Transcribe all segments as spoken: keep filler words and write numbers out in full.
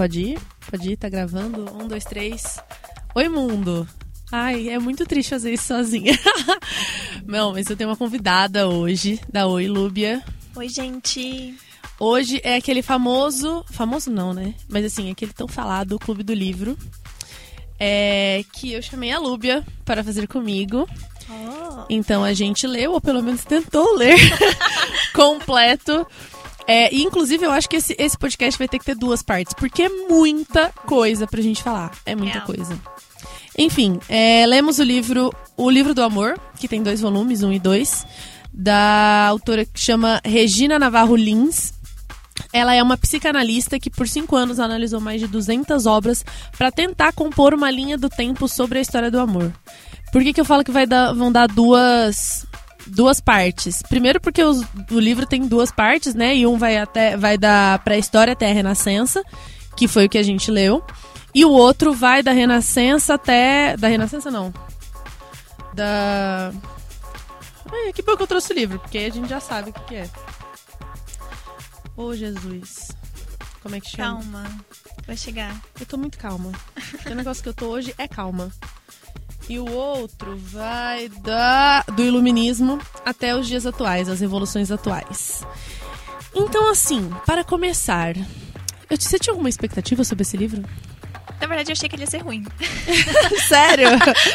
pode ir? Pode ir, tá gravando? Um, dois, três. Oi, mundo! Ai, é muito triste fazer isso sozinha. Não, mas eu tenho uma convidada hoje, da Oi, Lúbia. Oi, gente! Hoje é aquele famoso... Famoso não, né? Mas assim, aquele tão falado Clube do Livro. É, que eu chamei a Lúbia para fazer comigo. Oh. Então a gente leu, ou pelo menos tentou ler, completo. É, e inclusive eu acho que esse, esse podcast vai ter que ter duas partes, porque é muita coisa pra gente falar. É muita é. coisa. Enfim, é, lemos o livro O Livro do Amor, que tem dois volumes, um e dois, da autora que chama Regina Navarro Lins. Ela é uma psicanalista que por cinco anos analisou mais de duzentas obras para tentar compor uma linha do tempo sobre a história do amor. Por que que eu falo que vai dar, vão dar duas, duas partes? Primeiro porque os, o livro tem duas partes, né? E um vai, até, vai da pré-história até a Renascença, que foi o que a gente leu. E o outro vai da Renascença até... Da Renascença, não. Da... Ai, que bom que eu trouxe o livro, porque a gente já sabe o que, que é. Ô, oh, Jesus. Como é que chama? Calma. Vai chegar. Eu tô muito calma. O negócio que eu tô hoje é calma. E o outro vai da... do iluminismo até os dias atuais, as revoluções atuais. Então, assim, para começar... Eu, você tinha alguma expectativa sobre esse livro? Na verdade, eu achei que ele ia ser ruim. Sério?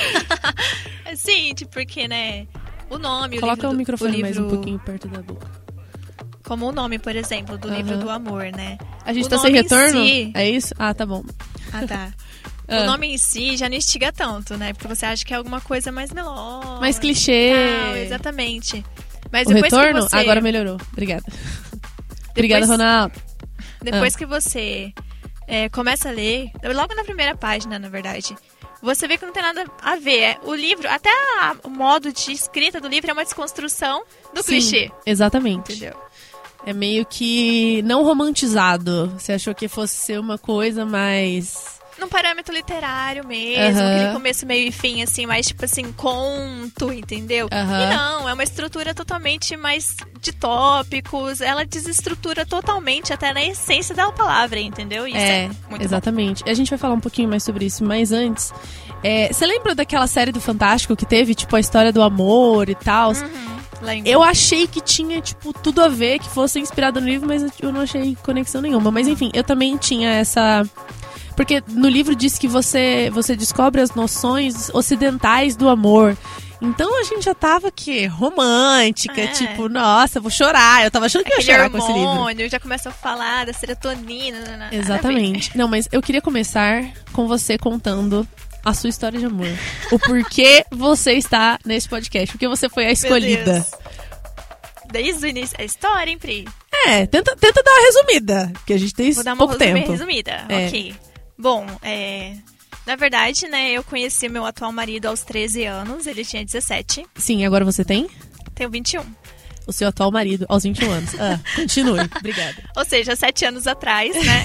Sim, tipo, porque, né? O nome, o Coloca livro... o microfone o livro... mais um pouquinho perto da boca. Como o nome, por exemplo, do uhum. livro do amor, né? A gente o tá sem retorno? Si... É isso? Ah, tá bom. Ah, tá. ah. O nome em si já não instiga tanto, né? Porque você acha que é alguma coisa mais melódica. Mais clichê. Tal, exatamente. Mas o depois retorno? que você... Agora melhorou. Obrigada. Depois... Obrigada, Ronaldo. Depois ah. que você é, começa a ler, logo na primeira página, na verdade... Você vê que não tem nada a ver. O livro, até a, o modo de escrita do livro é uma desconstrução do Sim, clichê. Exatamente. Entendeu? É meio que não romantizado. Você achou que fosse ser uma coisa mais... Num parâmetro literário mesmo. Uhum. Aquele começo, meio e fim, assim, mais tipo assim, conto, entendeu? Uhum. E não, é uma estrutura totalmente mais de tópicos. Ela desestrutura totalmente até na essência da palavra, entendeu? Isso é, é muito exatamente. bom. A gente vai falar um pouquinho mais sobre isso, mas antes... É, você lembra daquela série do Fantástico que teve, tipo, a história do amor e tal? Uhum. Lembro. Eu achei que tinha, tipo, tudo a ver, que fosse inspirado no livro, mas eu não achei conexão nenhuma. Mas enfim, eu também tinha essa... Porque no livro diz que você, você descobre as noções ocidentais do amor. Então a gente já tava, que romântica, é. tipo, nossa, vou chorar. Eu tava achando que Aquele ia chorar hormônio, com esse livro. Já começa a falar da serotonina. Não, não, exatamente. Não, mas eu queria começar com você contando a sua história de amor. O porquê você está nesse podcast. Porque você foi a escolhida. Desde o início. A história, hein, Pri? É, tenta, tenta dar uma resumida. Porque a gente tem Vou dar uma pouco tempo. resumida, é. ok. Bom, é... na verdade, né, eu conheci meu atual marido aos treze anos, ele tinha dezessete. Sim, agora você tem? Tenho vinte e um. O seu atual marido aos vinte e um anos. Ah, continue, obrigada. Ou seja, sete anos atrás, né?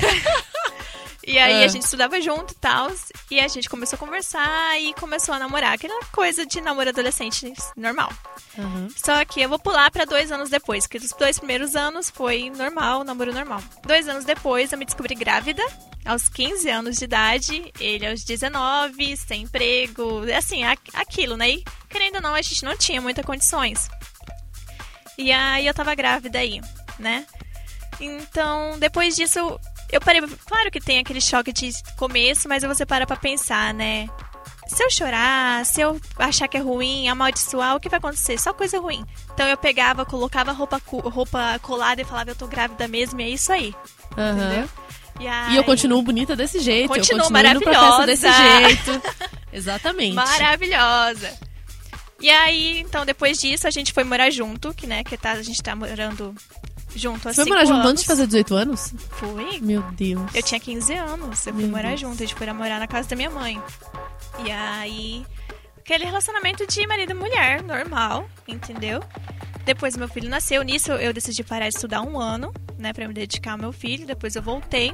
E aí ah. a gente estudava junto e tal, e a gente começou a conversar e começou a namorar. Aquela coisa de namoro adolescente normal. Uhum. Só que eu vou pular pra dois anos depois, porque os dois primeiros anos foi normal, namoro normal. Dois anos depois eu me descobri grávida, aos quinze anos de idade, ele aos dezenove, sem emprego, assim, aquilo, né? E querendo ou não, a gente não tinha muitas condições. E aí eu tava grávida aí, né? Então, depois disso... Eu parei, claro que tem aquele choque de começo, mas você para pra pensar, né? Se eu chorar, se eu achar que é ruim, amaldiçoar, o que vai acontecer? Só coisa ruim. Então eu pegava, colocava roupa, roupa colada e falava, eu tô grávida mesmo, e é isso aí. Uhum. Entendeu? E, aí... e eu continuo bonita desse jeito. Continuo eu continuo maravilhosa. Indo pra festa desse jeito. Exatamente. Maravilhosa. E aí, então, depois disso, a gente foi morar junto, que, né, que tá, a gente tá morando... junto há Você foi cinco morar junto anos. antes de fazer dezoito anos? Fui. Meu Deus. Eu tinha quinze anos. Eu fui Meu morar Deus. junto. A gente foi morar na casa da minha mãe. E aí... Aquele relacionamento de marido e mulher, normal, entendeu? Depois meu filho nasceu. Nisso eu decidi parar de estudar um ano, né? Pra me dedicar ao meu filho. Depois eu voltei.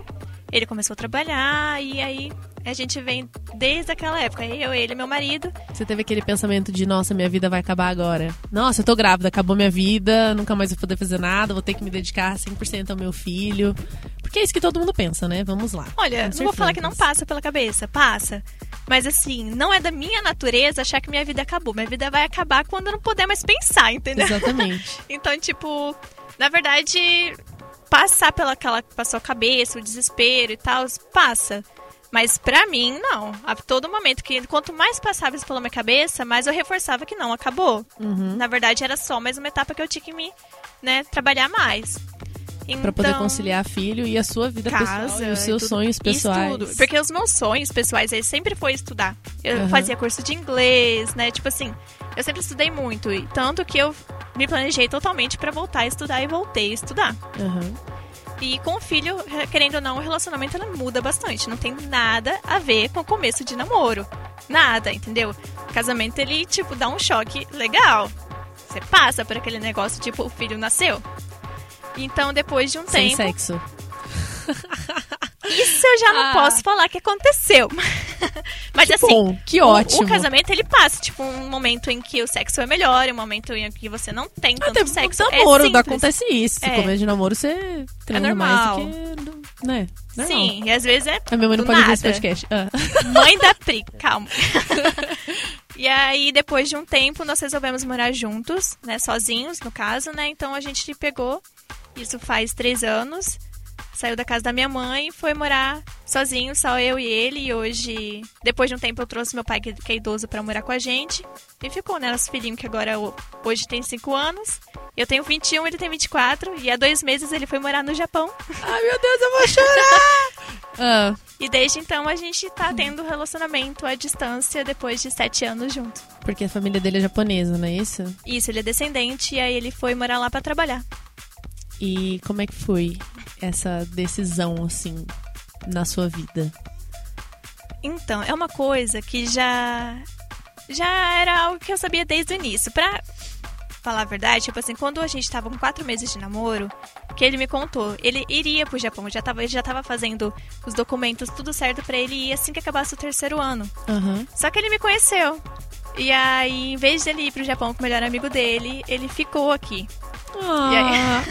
ele começou a trabalhar e aí a gente vem desde aquela época. Eu, ele e meu marido. Você teve aquele pensamento de, nossa, minha vida vai acabar agora. Nossa, eu tô grávida, acabou minha vida, nunca mais vou poder fazer nada, vou ter que me dedicar cem por cento ao meu filho. Porque é isso que todo mundo pensa, né? Vamos lá. Olha, não vou falar que não passa pela cabeça, passa. Mas assim, não é da minha natureza achar que minha vida acabou. Minha vida vai acabar quando eu não puder mais pensar, entendeu? Exatamente. Então, tipo, na verdade, passar pela aquela, pra sua cabeça, o desespero e tal, passa. Mas pra mim, não. A todo momento, que quanto mais passava isso pela minha cabeça, mais eu reforçava que não, acabou. Uhum. Na verdade, era só mais uma etapa que eu tinha que me, né, trabalhar mais. Então, pra poder conciliar filho e a sua vida casa, pessoal e os seus tudo, sonhos pessoais. Tudo. Porque os meus sonhos pessoais, eles sempre foi estudar. Eu Uhum. fazia curso de inglês, né? Tipo assim, eu sempre estudei muito. E tanto que eu me planejei totalmente pra voltar a estudar e voltei a estudar. Uhum. E com o filho, querendo ou não, o relacionamento ela muda bastante. Não tem nada a ver com o começo de namoro. Nada, entendeu? O casamento, ele, tipo, dá um choque legal. Você passa por aquele negócio, tipo, o filho nasceu. Então, depois de um Sem tempo... sexo. Isso eu já não Ah. posso falar que aconteceu. Mas Que assim, bom, que o- ótimo. O, casamento, ele passa, tipo, um momento em que o sexo é melhor, um momento em que você não tem tanto Até sexo. no namoro é não simples. acontece isso. É. Começo de namoro, você transa normal. mais do que... Né? Normal. Sim, e às vezes é A minha mãe não do pode nada. ver esse podcast. Ah. Mãe da Pri, calma. E aí, depois de um tempo, nós resolvemos morar juntos, né? Sozinhos, no caso, né? Então a gente pegou, isso faz três anos, saiu da casa da minha mãe e foi morar sozinho, só eu e ele. E hoje, depois de um tempo, eu trouxe meu pai, que que é idoso, pra morar com a gente. E ficou, né? Nosso filhinho, que agora hoje tem cinco anos. Eu tenho vinte e um, ele tem vinte e quatro. E há dois meses ele foi morar no Japão. Ai, meu Deus, eu vou chorar! ah. E desde então a gente tá tendo relacionamento à distância depois de sete anos juntos. Porque a família dele é japonesa, não é isso? Isso, ele é descendente e aí ele foi morar lá pra trabalhar. E como é que foi essa decisão, assim, na sua vida? Então, é uma coisa que já já era algo que eu sabia desde o início. Pra falar a verdade, tipo assim, quando a gente tava com quatro meses de namoro, que ele me contou, ele iria pro Japão, já tava, ele já tava fazendo os documentos, tudo certo pra ele ir assim que acabasse o terceiro ano. Aham. Só que ele me conheceu. E aí, em vez de ele ir pro Japão com o melhor amigo dele, ele ficou aqui. Ah. E aí...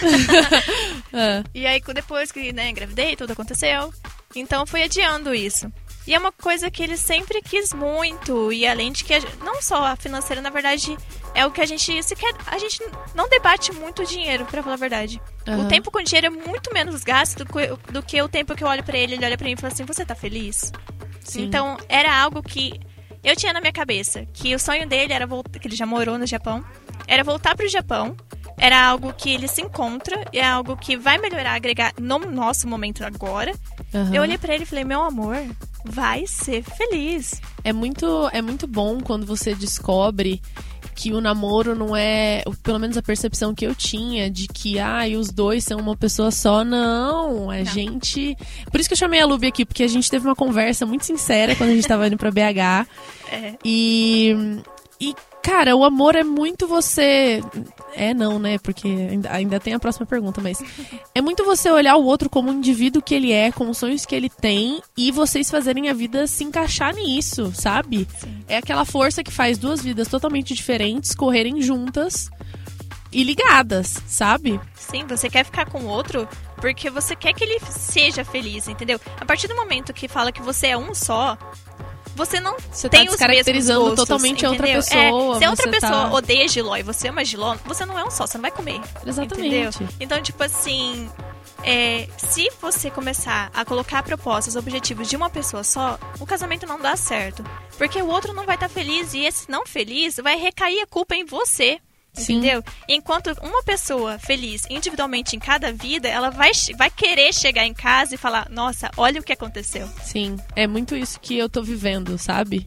ah. E aí, depois que, né, engravidei, tudo aconteceu. Então, foi adiando isso. E é uma coisa que ele sempre quis muito. E além de que, a, não só a financeira, na verdade, é o que a gente se quer. A gente não debate muito dinheiro, pra falar a verdade. Uhum. O tempo com dinheiro é muito menos gasto do que, do que o tempo que eu olho pra ele. Ele olha pra mim e fala assim: você tá feliz? Sim. Então, era algo que eu tinha na minha cabeça. Que o sonho dele era voltar. Que ele já morou no Japão. Era voltar pro Japão. Era algo que ele se encontra, é algo que vai melhorar, agregar no nosso momento agora. Uhum. Eu olhei pra ele e falei, meu amor, vai ser feliz. É muito, é muito bom quando você descobre que o namoro não é, pelo menos a percepção que eu tinha, de que ah, os dois são uma pessoa só. Não, a Não. gente... Por isso que eu chamei a Luby aqui, porque a gente teve uma conversa muito sincera quando a gente tava indo pra B H. É. E... E, cara, o amor é muito você... É não, né? Porque ainda, ainda tem a próxima pergunta, mas... É muito você olhar o outro como um indivíduo que ele é, com os sonhos que ele tem, e vocês fazerem a vida se encaixar nisso, sabe? Sim. É aquela força que faz duas vidas totalmente diferentes correrem juntas e ligadas, sabe? Sim, você quer ficar com o outro porque você quer que ele seja feliz, entendeu? A partir do momento que fala que você é um só... Você não Você tem tá os descaracterizando mesmos gostos, totalmente a outra entendeu? pessoa. É, se a outra você pessoa tá... odeia giló e você ama giló, você não é um só, você não vai comer. Exatamente. Entendeu? Então, tipo assim, é, se você começar a colocar propostas, objetivos de uma pessoa só, o casamento não dá certo. Porque o outro não vai estar feliz e esse não feliz vai recair a culpa em você. Sim. Entendeu? Enquanto uma pessoa feliz individualmente em cada vida, ela vai, vai querer chegar em casa e falar, nossa, olha o que aconteceu. Sim, é muito isso que eu tô vivendo, sabe?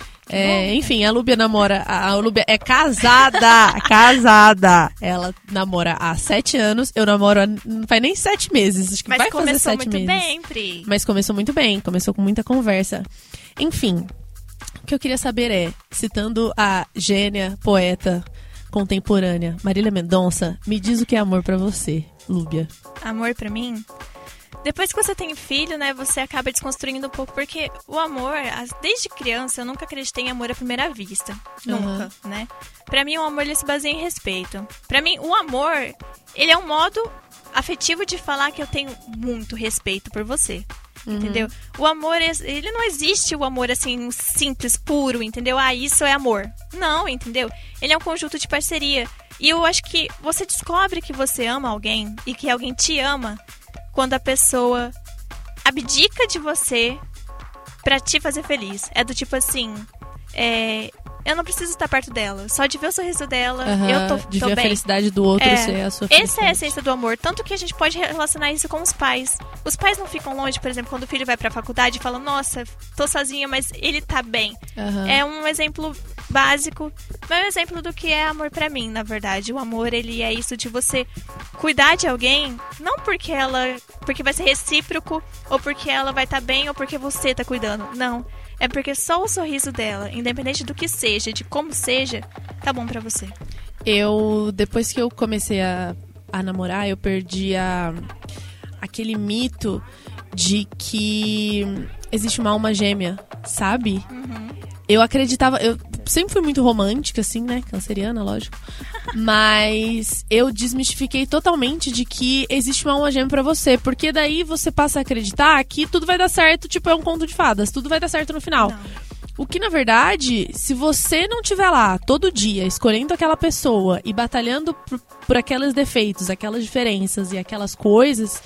É, enfim, a Lúbia namora. A Lúbia é casada! Casada! Ela namora há sete anos. Eu namoro há, não faz nem sete meses. Acho que Mas vai fazer começou sete muito meses. bem, Pri. Mas começou muito bem, começou com muita conversa. Enfim, o que eu queria saber é, citando a gênia, poeta contemporânea Marília Mendonça, me diz o que é amor pra você, Lúbia. Amor pra mim Depois que você tem filho, né, você acaba desconstruindo um pouco, porque o amor, desde criança, eu nunca acreditei em amor à primeira vista. Uhum. Nunca, né? Pra mim, o amor, ele se baseia em respeito. Pra mim, o amor, ele é um modo afetivo de falar que eu tenho muito respeito por você. Uhum. Entendeu? O amor, ele não existe o amor assim, simples, puro, entendeu? Ah, isso é amor. Não, entendeu? Ele é um conjunto de parceria. E eu acho que você descobre que você ama alguém e que alguém te ama quando a pessoa abdica de você pra te fazer feliz. É do tipo assim, é, eu não preciso estar perto dela. Só de ver o sorriso dela, uhum, eu tô, de tô ver bem. a felicidade do outro é, ser a sua felicidade. Essa é a essência do amor. Tanto que a gente pode relacionar isso com os pais. Os pais não ficam longe, por exemplo, quando o filho vai pra faculdade e fala, nossa, tô sozinha, mas ele tá bem. Uhum. É um exemplo básico, mas é um exemplo do que é amor pra mim, na verdade. O amor, ele é isso de você cuidar de alguém, não porque ela, porque vai ser recíproco, ou porque ela vai estar bem, ou porque você tá cuidando. Não. É porque só o sorriso dela, independente do que seja, de como seja, tá bom pra você. Eu, depois que eu comecei a, a namorar, eu perdi a, aquele mito de que existe uma alma gêmea, sabe? Uhum. Eu acreditava... Eu sempre fui muito romântica, assim, né? Canceriana, lógico. Mas eu desmistifiquei totalmente de que existe uma alma gêmea pra você. Porque daí você passa a acreditar que tudo vai dar certo, tipo, é um conto de fadas. Tudo vai dar certo no final. Não. O que, na verdade, se você não estiver lá todo dia escolhendo aquela pessoa e batalhando por, por aqueles defeitos, aquelas diferenças e aquelas coisas,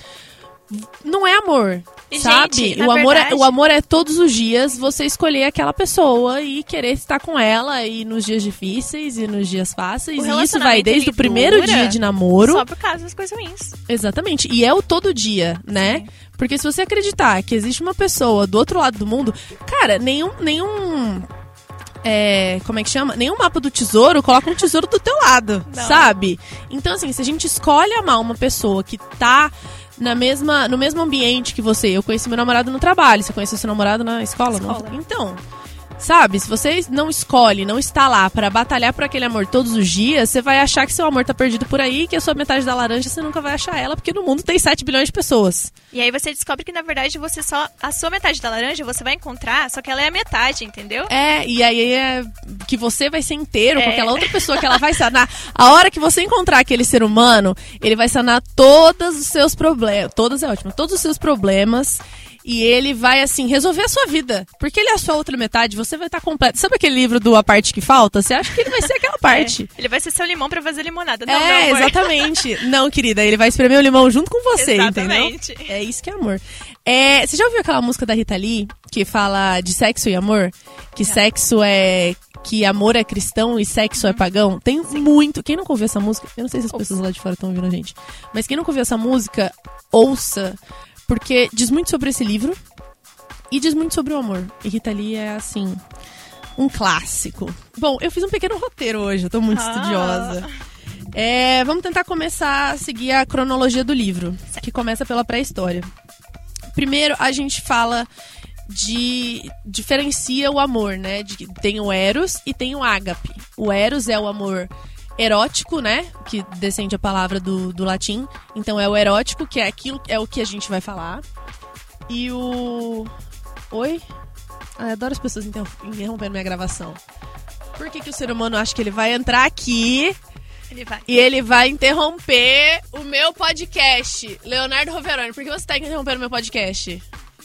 não é amor. Sabe? Gente, o, amor verdade... é, o amor é todos os dias você escolher aquela pessoa e querer estar com ela e nos dias difíceis e nos dias fáceis. E isso vai desde o primeiro dia de namoro. Só por causa das coisas ruins. Exatamente. E é o todo dia, né? Sim. Porque se você acreditar que existe uma pessoa do outro lado do mundo, cara, nenhum... nenhum É, como é que chama? Nenhum mapa do tesouro coloca um tesouro do teu lado, não. Sabe? Então, assim, se a gente escolhe amar uma pessoa que tá na mesma, no mesmo ambiente que você... Eu conheci meu namorado no trabalho. Você conheceu seu namorado na escola? escola. Não? Então... Sabe, se você não escolhe, não está lá pra batalhar por aquele amor todos os dias, você vai achar que seu amor tá perdido por aí, que a sua metade da laranja você nunca vai achar ela, porque no mundo tem sete bilhões de pessoas. E aí você descobre que, na verdade, você só... A sua metade da laranja você vai encontrar, só que ela é a metade, entendeu? É, e aí é que você vai ser inteiro é. com aquela outra pessoa que ela vai sanar. A hora que você encontrar aquele ser humano, ele vai sanar todos os seus problemas. Todos é ótimo, todos os seus problemas. E ele vai, assim, resolver a sua vida. Porque ele é a sua outra metade, você vai estar completo. Sabe aquele livro do A Parte Que Falta? Você acha que ele vai ser aquela parte. É, ele vai ser seu limão pra fazer limonada. Não, é, meu amor. Exatamente. Não, querida, ele vai espremer o limão junto com você, exatamente. Entendeu? É isso que é amor. É, você já ouviu aquela música da Rita Lee, que fala de sexo e amor? Que já. Sexo é... Que amor é cristão e sexo uhum. é pagão. Tem Sim. muito... Quem nunca ouviu essa música... Eu não sei se as pessoas lá de fora estão ouvindo a gente. Mas quem nunca ouviu essa música, ouça. Porque diz muito sobre esse livro. E diz muito sobre o amor. E Rita Lee é, assim, um clássico. Bom, eu fiz um pequeno roteiro hoje. Eu tô muito ah. estudiosa. É, vamos tentar começar a seguir a cronologia do livro. Que começa pela pré-história. Primeiro, a gente fala de... Diferencia o amor, né? De, tem o Eros e tem o Ágape. O Eros é o amor erótico, né? Que descende a palavra do, do latim. Então é o erótico, que é aquilo, é o que a gente vai falar. E o... Oi? Ah, eu adoro as pessoas interrompendo minha gravação. Por que que o ser humano acha que ele vai entrar aqui ele vai. e ele vai interromper o meu podcast? Leonardo Roveroni, por que você tá interrompendo o meu podcast?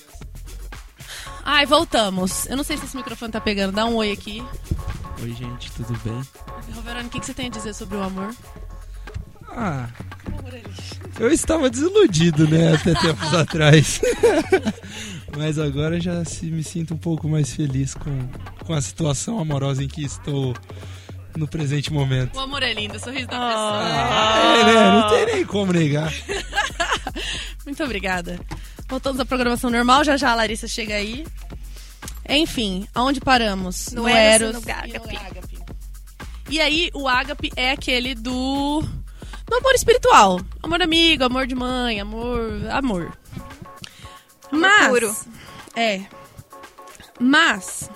Ai, voltamos. Eu não sei se esse microfone tá pegando. Dá um oi aqui. Oi, gente, tudo bem? Roveroni, o que, que você tem a dizer sobre o amor? Ah, eu estava desiludido, né, até tempos atrás. Mas agora já se, me sinto um pouco mais feliz com, com a situação amorosa em que estou no presente momento. O amor é lindo, o sorriso da pessoa. Ah, é, né? Não tem nem como negar. Muito obrigada. Voltamos à programação normal, já já a Larissa chega aí. Enfim, aonde paramos? No, no Eros, Eros no Ágape. e no Ágape. E aí, o Ágape é aquele do... do amor espiritual. Amor amigo, amor de mãe, amor... Amor. Mas... puro. É. Mas...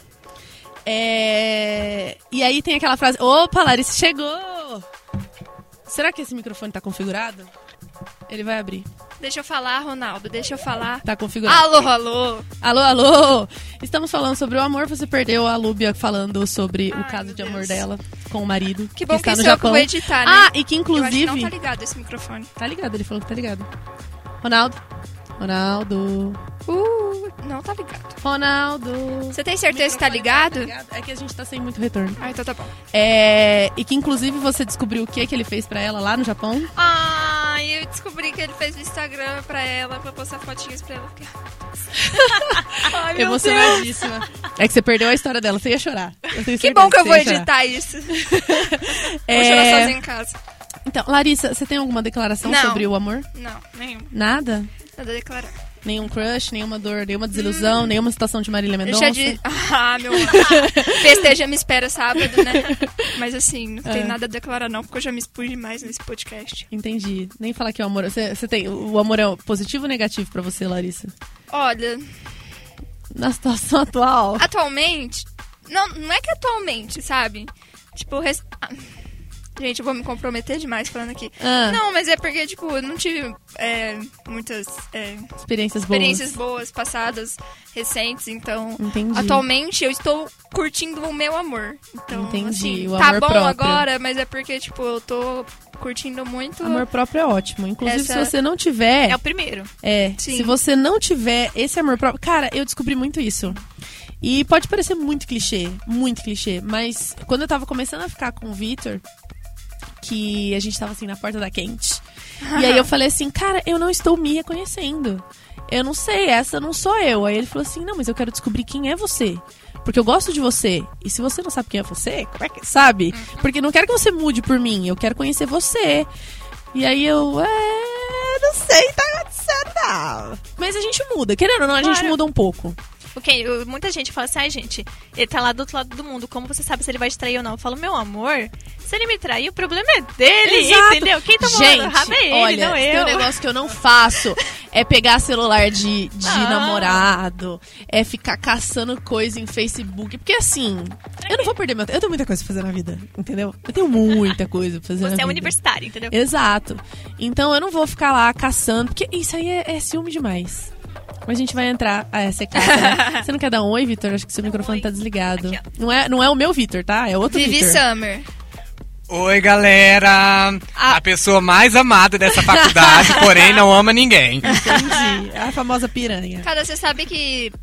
É... E aí tem aquela frase... Opa, Larissa chegou! Será que esse microfone tá configurado? Ele vai abrir. Deixa eu falar, Ronaldo, deixa eu falar. Tá configurado. Alô, alô. Alô, alô. Estamos falando sobre o amor. Você perdeu a Lúbia falando sobre Ai, o caso meu de amor Deus. dela com o marido. Que bom que, está no isso é o que Japão. eu vou editar, né? Ah, e que Eu inclusive... acho que não tá ligado esse microfone. Tá ligado, ele falou que tá ligado. Ronaldo. Ronaldo. Uh, não tá ligado. Ronaldo. Você tem certeza que tá ligado? É que a gente tá sem muito retorno. Ah, então tá bom. É, e que inclusive você descobriu o que, que ele fez pra ela lá no Japão. Ah, eu descobri que ele fez no Instagram pra ela, pra postar fotinhas pra ela. Ai, meu Emocionadíssima. Deus. É que você perdeu a história dela, você ia chorar. Eu tenho Que certeza bom que eu você vou ia chorar. editar isso. É, Vou chorar sozinha em casa. Então, Larissa, você tem alguma declaração Não. sobre o amor? Não, nenhum. Nada? Nada a declarar. Nenhum crush, nenhuma dor, nenhuma desilusão, nenhuma citação de Marília Mendonça? Deixa de... Ah, meu amor. Festeja me espera sábado, né? Mas assim, não tem É. nada a declarar não, porque eu já me expus demais nesse podcast. Entendi. Nem falar que é o amor... Você, você tem... O amor é positivo ou negativo pra você, Larissa? Olha, Na situação atual? atualmente... Não, não é que atualmente, sabe? Tipo, res... ah, gente, eu vou me comprometer demais falando aqui. Ah. Não, mas é porque, tipo, eu não tive é, muitas é, Experiências boas. experiências boas, passadas, recentes, então... Entendi. Atualmente eu estou curtindo o meu amor. Então, Entendi, assim, o tá amor bom próprio. agora, mas é porque, tipo, eu tô curtindo muito... Amor próprio é ótimo. Inclusive, Essa- se você não tiver... É o primeiro. É, Sim. se você não tiver esse amor próprio... Cara, eu descobri muito isso. E pode parecer muito clichê, muito clichê, mas quando eu tava começando a ficar com o Vitor, que a gente tava assim na porta da quente, e aí eu falei assim, cara, eu não estou me reconhecendo. Eu não sei, essa não sou eu. Aí ele falou assim, não, mas eu quero descobrir quem é você. Porque eu gosto de você. E se você não sabe quem é você, como é que sabe? Porque eu não quero que você mude por mim, eu quero conhecer você. E aí eu, é, não sei, tá acontecendo não. Mas a gente muda, querendo ou não, a gente Claro. muda um pouco. Porque eu- muita gente fala assim, ai gente, ele tá lá do outro lado do mundo, como você sabe se ele vai te trair ou não? Eu falo, meu amor, se ele me trair, o problema é dele, Exato. entendeu? Quem tá Gente, falando rabo é ele, olha, não tem eu. um negócio que eu não faço é pegar celular de, de Ah. namorado, é ficar caçando coisa em Facebook. Porque assim, eu não vou perder meu tempo. Eu tenho muita coisa pra fazer na vida, entendeu? Eu tenho muita coisa pra fazer na Você vida. é universitário, entendeu? Exato. Então eu não vou ficar lá caçando, porque isso aí é, é ciúme demais. Mas a gente vai entrar. Ah, é, você caça, né? Você não quer dar um oi, Vitor? Acho que seu microfone Oi. tá desligado. Aqui, não, é, não é o meu Vitor, tá? É outro Vivi Vitor. Summer. Oi, galera! Ah. A pessoa mais amada dessa faculdade, porém não ama ninguém. Entendi. A famosa piranha. Cara, você sabe que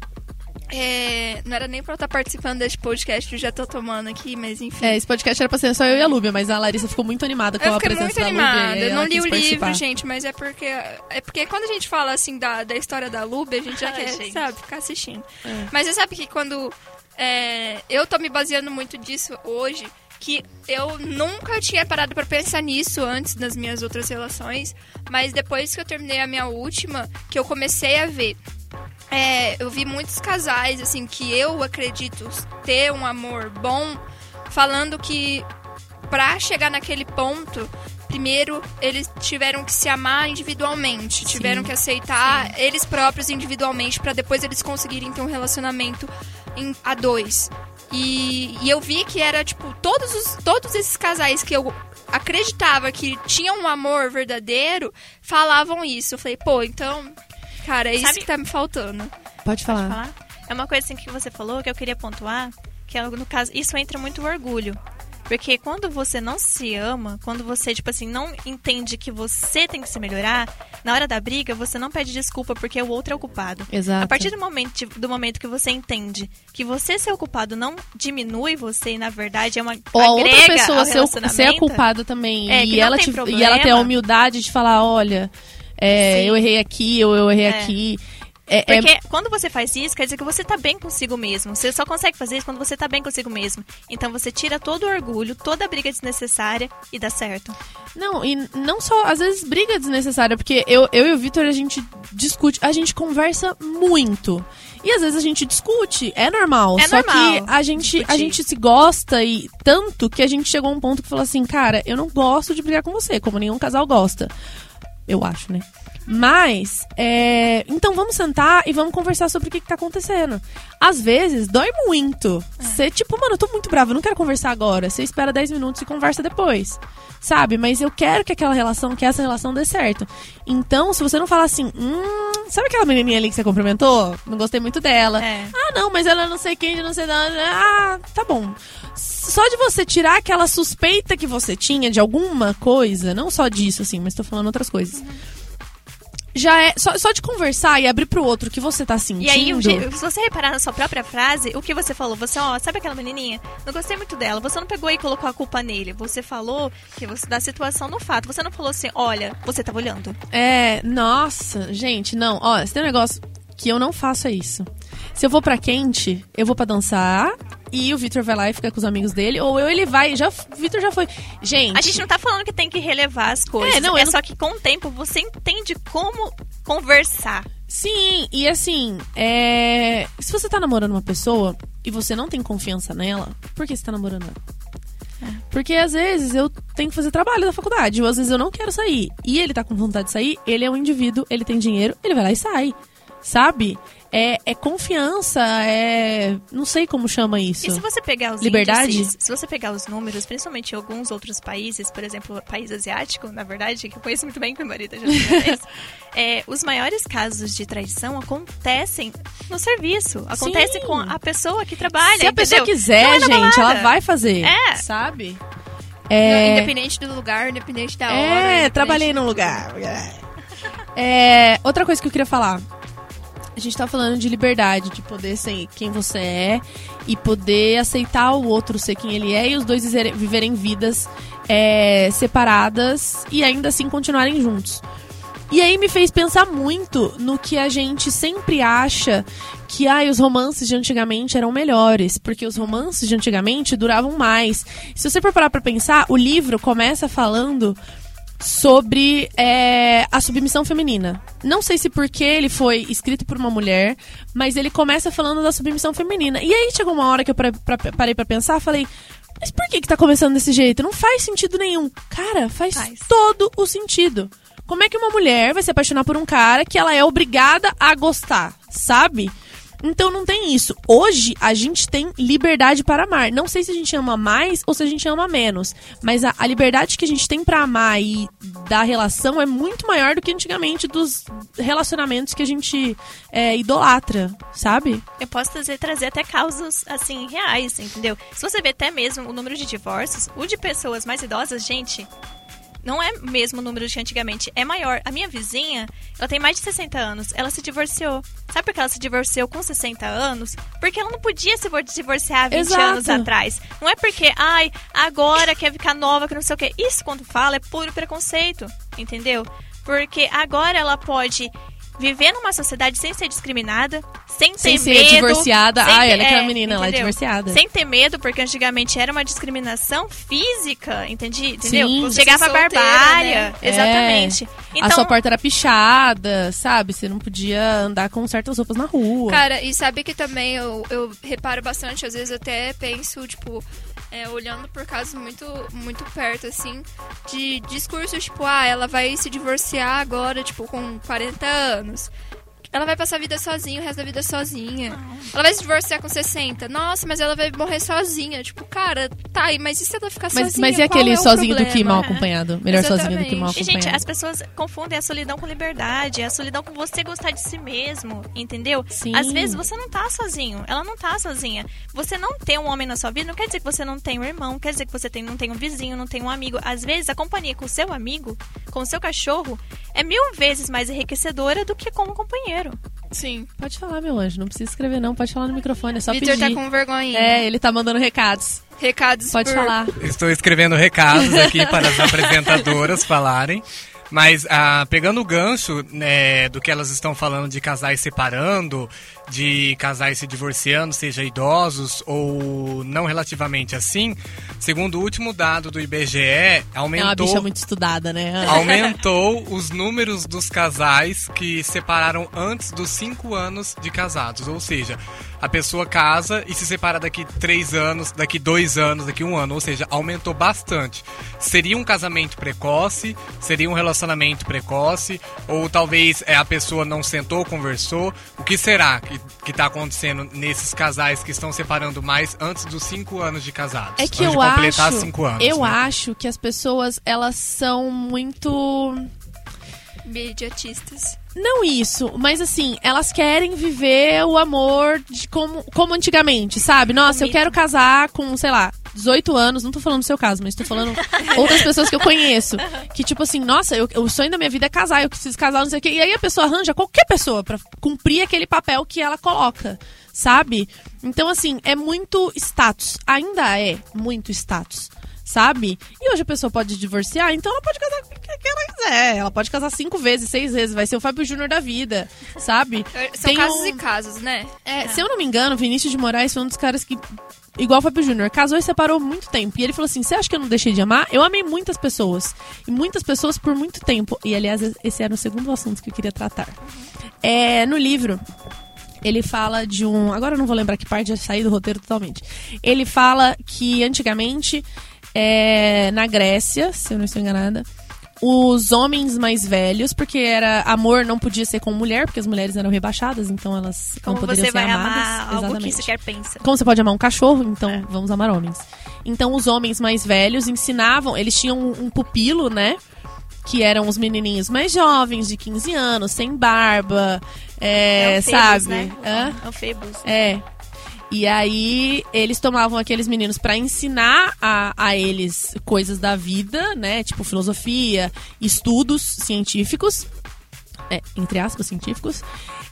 é, não era nem pra eu estar participando desse podcast, eu já tô tomando aqui, mas enfim. É, esse podcast era pra ser só eu e a Lúbia, mas a Larissa ficou muito animada com Eu a fiquei presença muito da Lúbia. animada. e aí Eu não ela li quis o participar. livro, gente, mas é porque é porque quando a gente fala assim da, da história da Lúbia, a gente já Ai, quer, gente. sabe, ficar assistindo. É. Mas você sabe que quando é, eu tô me baseando muito disso hoje, que eu nunca tinha parado pra pensar nisso antes das minhas outras relações, mas depois que eu terminei a minha última, que eu comecei a ver. É, eu vi muitos casais, assim, que eu acredito ter um amor bom, falando que pra chegar naquele ponto, primeiro eles tiveram que se amar individualmente, Sim. tiveram que aceitar eles próprios individualmente pra depois eles conseguirem ter um relacionamento em, a dois. E, e eu vi que era, tipo, todos, os, todos esses casais que eu acreditava que tinham um amor verdadeiro, falavam isso. Eu falei, pô, então, cara, é isso Sabe- que tá me faltando. Pode falar. Falar? É uma coisa assim que você falou que eu queria pontuar, que é, no caso, isso entra muito o orgulho. Porque quando você não se ama, quando você, tipo assim, não entende que você tem que se melhorar, na hora da briga, você não pede desculpa porque o outro é o culpado. Exato. A partir do momento, do momento que você entende que você ser o culpado não diminui você e, na verdade, é uma Ou a outra agrega pessoa ao ser, o- relacionamento, ser a culpada também. É, que e, não ela tem te- e problema. ela ter a humildade de falar, olha, é, Sim. eu errei aqui, ou eu errei É. aqui. É, é- Porque quando você faz isso, quer dizer que você tá bem consigo mesmo. Você só consegue fazer isso quando você tá bem consigo mesmo. Então você tira todo o orgulho, toda a briga desnecessária e dá certo. Não, e não só, às vezes, briga desnecessária, porque eu, eu e o Vitor, a gente discute, a gente conversa muito. E às vezes a gente discute, é normal. É só normal que a gente, a discutir. gente se gosta e tanto que a gente chegou a um ponto que falou assim, cara, eu não gosto de brigar com você, como nenhum casal gosta. Eu acho, né? Mas, é... então vamos sentar e vamos conversar sobre o que, que tá acontecendo. Às vezes, dói muito. Você, é. tipo, mano, eu tô muito brava, eu não quero conversar agora. Você espera dez minutos e conversa depois. Sabe? Mas eu quero que aquela relação, que essa relação dê certo. Então, se você não falar assim, hum, sabe aquela menininha ali que você cumprimentou? Não gostei muito dela. É. Ah, não, mas ela não sei quem, não sei nada. Ah, tá bom. Só de você tirar aquela suspeita que você tinha de alguma coisa, não só disso, assim, mas tô falando outras coisas. Uhum. Já é, só, só de conversar e abrir pro outro o que você tá sentindo. E aí, se você reparar na sua própria frase, o que você falou, você, ó, sabe aquela menininha? Não gostei muito dela. Você não pegou e colocou a culpa nele. Você falou que você da situação no fato. Você não falou assim, olha, você tava olhando. É, nossa, gente, não. Ó, se tem um negócio que eu não faço é isso. Se eu vou pra quente, eu vou pra dançar e o Vitor vai lá e fica com os amigos dele. Ou eu, ele vai, já, o Vitor já foi. Gente... A gente não tá falando que tem que relevar as coisas. É, não, é não... só que com o tempo você entende como conversar. Sim, e assim, é... se você tá namorando uma pessoa e você não tem confiança nela, por que você tá namorando ela? É. Porque às vezes eu tenho que fazer trabalho da faculdade, ou às vezes eu não quero sair. E ele tá com vontade de sair, ele é um indivíduo, ele tem dinheiro, ele vai lá e sai. Sabe? É, é confiança, é... Não sei como chama isso. E se você pegar os Liberdade? índices, se você pegar os números, principalmente em alguns outros países, por exemplo, país asiático, na verdade, que eu conheço muito bem, que meu marido já fez, é, os maiores casos de traição acontecem no serviço. Acontecem com a pessoa que trabalha, Se a entendeu? pessoa quiser, é gente, ela vai fazer. É. Sabe? É... Independente do lugar, independente da hora. É, trabalhei num lugar. É, outra coisa que eu queria falar. A gente tá falando de liberdade, de poder ser quem você é e poder aceitar o outro ser quem ele é e os dois viverem vidas é, separadas e ainda assim continuarem juntos. E aí me fez pensar muito no que a gente sempre acha que ah, os romances de antigamente eram melhores, porque os romances de antigamente duravam mais. Se você for parar pra pensar, o livro começa falando sobre é, a submissão feminina. Não sei se porque ele foi escrito por uma mulher, mas ele começa falando da submissão feminina. E aí chegou uma hora que eu pra, pra, parei pra pensar, falei, mas por que que tá começando desse jeito? Não faz sentido nenhum. Cara, faz, faz todo o sentido. Como é que uma mulher vai se apaixonar por um cara que ela é obrigada a gostar, sabe? Então não tem isso. Hoje a gente tem liberdade para amar. Não sei se a gente ama mais ou se a gente ama menos. Mas a, a liberdade que a gente tem para amar e da relação é muito maior do que antigamente dos relacionamentos que a gente é, idolatra, sabe? Eu posso trazer, trazer até causas, assim, reais, entendeu? Se você vê até mesmo o número de divórcios, o de pessoas mais idosas, gente... Não é mesmo o número de antigamente, é maior. A minha vizinha, ela tem mais de sessenta anos, ela se divorciou. Sabe por que ela se divorciou com sessenta anos? Porque ela não podia se divorciar há vinte Exato. anos atrás. Não é porque, ai, agora quer ficar nova, que não sei o quê. Isso, quando fala, é puro preconceito, entendeu? Porque agora ela pode viver numa sociedade sem ser discriminada, sem ter sem medo... Sem ser divorciada. Sem Ai, ter, ela é aquela é, menina, ela é divorciada. Sem ter medo, porque antigamente era uma discriminação física, entendi, entendeu? Sim. Chegava a barbária. Né? Exatamente. É. Então, a sua porta era pichada, sabe? Você não podia andar com certas roupas na rua. Cara, e sabe que também eu, eu reparo bastante, às vezes eu até penso, tipo... É, olhando por casos muito, muito perto, assim, de discursos, tipo, ah, ela vai se divorciar agora, tipo, com quarenta anos. Ela vai passar a vida sozinha, o resto da vida sozinha. Ela vai se divorciar com sessenta. Nossa, mas ela vai morrer sozinha. Tipo, cara, tá, mas e se ela ficar mas, sozinha? Mas e aquele é sozinho problema? do que mal acompanhado? Melhor Exatamente. sozinho do que mal acompanhado. E, gente, as pessoas confundem a solidão com liberdade. A solidão com você gostar de si mesmo, entendeu? Sim. Às vezes você não tá sozinho. Ela não tá sozinha. Você não ter um homem na sua vida não quer dizer que você não tem um irmão. Não quer dizer que você tem, não tem um vizinho, não tem um amigo. Às vezes a companhia com o seu amigo, com o seu cachorro, é mil vezes mais enriquecedora do que com um companheiro. Sim. Pode falar, meu anjo. Não precisa escrever, não. Pode falar no microfone. É só Victor pedir. tá com vergonha. É, ele tá mandando recados. Recados Pode por... falar. Estou escrevendo recados aqui para as apresentadoras falarem. Mas ah, pegando o gancho né, do que elas estão falando de casais separando, de casais se divorciando, seja idosos ou não relativamente assim, segundo o último dado do I B G E, aumentou... É uma bicha muito estudada, né? Aumentou os números dos casais que separaram antes dos cinco anos de casados. Ou seja, a pessoa casa e se separa daqui três anos, daqui dois anos, daqui um ano. Ou seja, aumentou bastante. Seria um casamento precoce? Seria um relacionamento precoce? Ou talvez é, a pessoa não sentou, conversou? O que será que que está acontecendo nesses casais que estão separando mais antes dos cinco anos de casados? É que antes eu de completar acho, cinco anos, eu né? acho que as pessoas, elas são muito... Imediatistas. Não isso, mas assim, elas querem viver o amor de como, como antigamente, sabe? Nossa, eu quero casar com, sei lá, dezoito anos, não tô falando do seu caso, mas tô falando outras pessoas que eu conheço. Que tipo assim, nossa, eu, o sonho da minha vida é casar, eu preciso casar, não sei o quê. E aí a pessoa arranja qualquer pessoa pra cumprir aquele papel que ela coloca, sabe? Então assim, é muito status, ainda é muito status. Sabe? E hoje a pessoa pode divorciar, então ela pode casar com quem ela quiser. Ela pode casar cinco vezes, seis vezes. Vai ser o Fábio Júnior da vida, sabe? São Tem casos um... e casos, né? É, se eu não me engano, Vinícius de Moraes foi um dos caras que, igual o Fábio Júnior, casou e separou há muito tempo. E ele falou assim, você acha que eu não deixei de amar? Eu amei muitas pessoas. E muitas pessoas por muito tempo. E, aliás, esse era o segundo assunto que eu queria tratar. É, no livro... Ele fala de um... Agora eu não vou lembrar que parte, já saí do roteiro totalmente. Ele fala que antigamente, é, na Grécia, se eu não estou enganada, os homens mais velhos, porque era amor não podia ser com mulher, porque as mulheres eram rebaixadas, então elas Como não poderiam você ser vai amadas. amar algo Exatamente. que sequer pensa. Como você pode amar um cachorro, então É. vamos amar homens. Então os homens mais velhos ensinavam, eles tinham um, um pupilo, né? Que eram os menininhos mais jovens, de quinze anos, sem barba, é, É o Phoebus, sabe? né? Hã? É o Phoebus. É. E aí, eles tomavam aqueles meninos pra ensinar a, a eles coisas da vida, né? Tipo, filosofia, estudos científicos, é, entre aspas, científicos.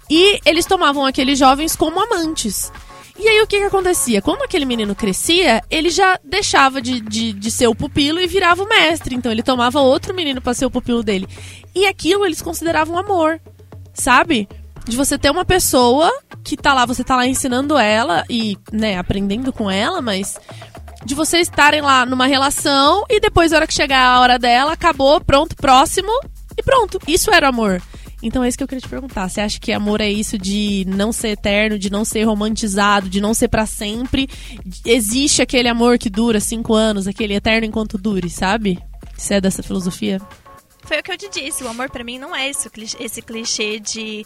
E eles tomavam aqueles jovens como amantes. E aí, o que que acontecia? Quando aquele menino crescia, ele já deixava de, de, de ser o pupilo e virava o mestre. Então, ele tomava outro menino pra ser o pupilo dele. E aquilo eles consideravam amor, sabe? De você ter uma pessoa que tá lá, você tá lá ensinando ela e, né, aprendendo com ela, mas de vocês estarem lá numa relação e depois, na hora que chegar a hora dela, acabou, pronto, próximo e pronto. Isso era amor. Então é isso que eu queria te perguntar. Você acha que amor é isso de não ser eterno, de não ser romantizado, de não ser pra sempre? Existe aquele amor que dura cinco anos, aquele eterno enquanto dure, sabe? Você é dessa filosofia? Foi o que eu te disse, o amor pra mim não é esse, esse clichê de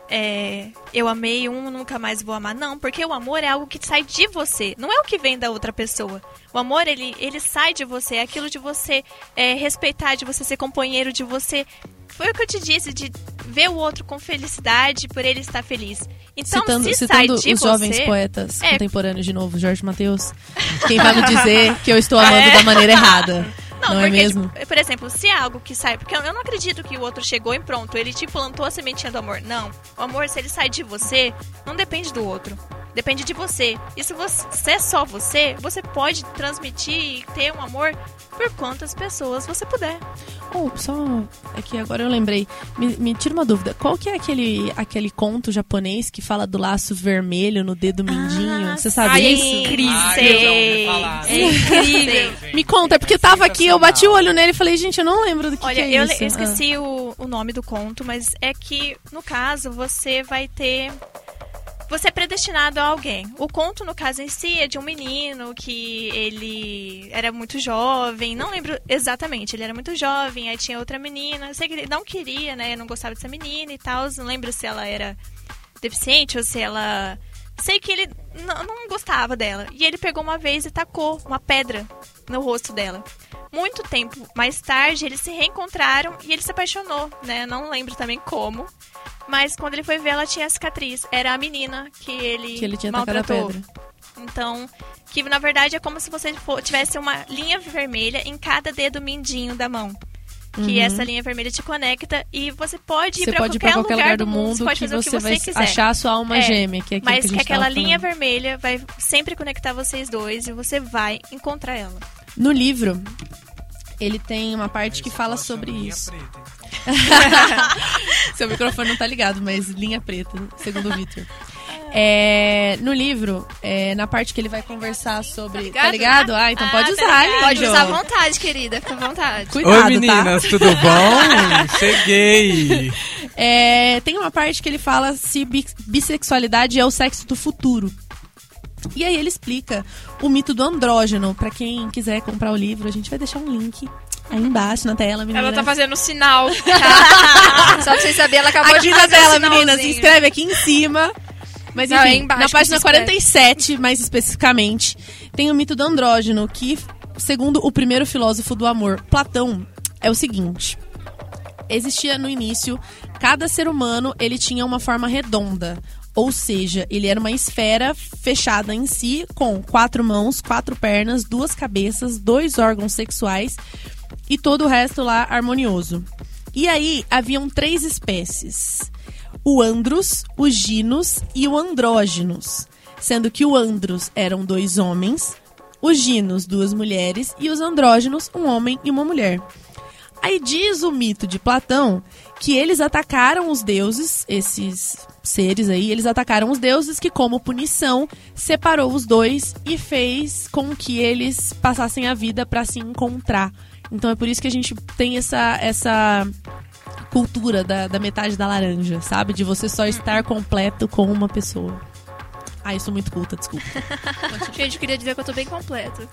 é, eu amei um, nunca mais vou amar. Não, porque o amor é algo que sai de você, não é o que vem da outra pessoa. O amor, ele, ele sai de você, é aquilo de você é, respeitar, de você ser companheiro, de você... Foi o que eu te disse, de ver o outro com felicidade por ele estar feliz. Então, citando se citando sai de os você, jovens poetas é, contemporâneos de novo, Jorge Mateus, quem vai me dizer que eu estou amando é. da maneira errada? Não, não porque, é mesmo? Tipo, por exemplo, se é algo que sai... Porque eu não acredito que o outro chegou e pronto, ele te plantou a sementinha do amor. Não. O amor, se ele sai de você, não depende do outro. Depende de você. E se você é só você, você pode transmitir e ter um amor por quantas pessoas você puder. Oh, só... É que agora eu lembrei. Me, me tira uma dúvida. Qual que é aquele, aquele conto japonês que fala do laço vermelho no dedo mindinho? Ah, Você sabe ai, isso? É incrível. Ah, eu já ouvi falar. É incrível. Me conta, é porque eu tava aqui, eu bati o olho nele e falei, gente, eu não lembro do que, Olha, que é eu, isso. eu esqueci ah. o, o nome do conto, mas é que, no caso, você vai ter... Você é predestinado a alguém. O conto, no caso em si, é de um menino que ele era muito jovem. Não lembro exatamente. Ele era muito jovem, aí tinha outra menina. Eu sei que ele não queria, né? Não gostava dessa menina e tal. Não lembro se ela era deficiente ou se ela... Sei que ele não, não gostava dela. E ele pegou uma vez e tacou uma pedra no rosto dela. Muito tempo mais tarde, eles se reencontraram e ele se apaixonou, né? Não lembro também como. Mas quando ele foi ver, ela tinha a cicatriz. Era a menina que ele, que ele tinha tacado a pedra. Então, que na verdade é como se você for, tivesse uma linha vermelha em cada dedo mindinho da mão. Que uhum. essa linha vermelha te conecta e você pode ir você pra pode qualquer, ir pra qualquer lugar, lugar do mundo, mundo, você pode que fazer você, o que você vai quiser. achar a sua alma é, gêmea, que é mas que, que que aquela linha falando. vermelha vai sempre conectar vocês dois e você vai encontrar ela. No livro, ele tem uma parte que fala sobre isso. Preta, então. Seu microfone não tá ligado, mas linha preta, segundo o Victor. É, no livro, é, na parte que ele vai conversar sobre... ligado? Tá ligado? Ah, então Ah, pode tá usar, ligado. Pode lindo. usar à vontade, querida. Fica à vontade. Cuidado, Oi tá? meninas, tudo bom? Cheguei! É, tem uma parte que ele fala se bi- bissexualidade é o sexo do futuro. E aí ele explica o mito do andrógeno. Pra quem quiser comprar o livro, a gente vai deixar um link aí embaixo na tela, meninas. Ela tá fazendo sinal, tá? Só pra vocês saberem, ela acabou Aqui de na fazer tela, um meninas, se sinalzinho. inscreve aqui em cima. Mas Não, enfim, é embaixo na que página se inscreve. quarenta e sete, mais especificamente, tem o mito do andrógeno, que, segundo o primeiro filósofo do amor, Platão, é o seguinte. Existia no início, cada ser humano ele tinha uma forma redonda. Ou seja, ele era uma esfera fechada em si, com quatro mãos, quatro pernas, duas cabeças, dois órgãos sexuais e todo o resto lá harmonioso. E aí, haviam três espécies. O andros, o ginos e o andrógenos. Sendo que o andros eram dois homens, os ginos duas mulheres e os andrógenos um homem e uma mulher. Aí diz o mito de Platão que eles atacaram os deuses, esses seres aí, eles atacaram os deuses que, como punição, separou os dois e fez com que eles passassem a vida para se encontrar. Então é por isso que a gente tem essa, essa cultura da, da metade da laranja, sabe? De você só estar completo com uma pessoa. Ah, eu sou muito culta, desculpa. Gente, eu queria dizer que eu tô bem completa.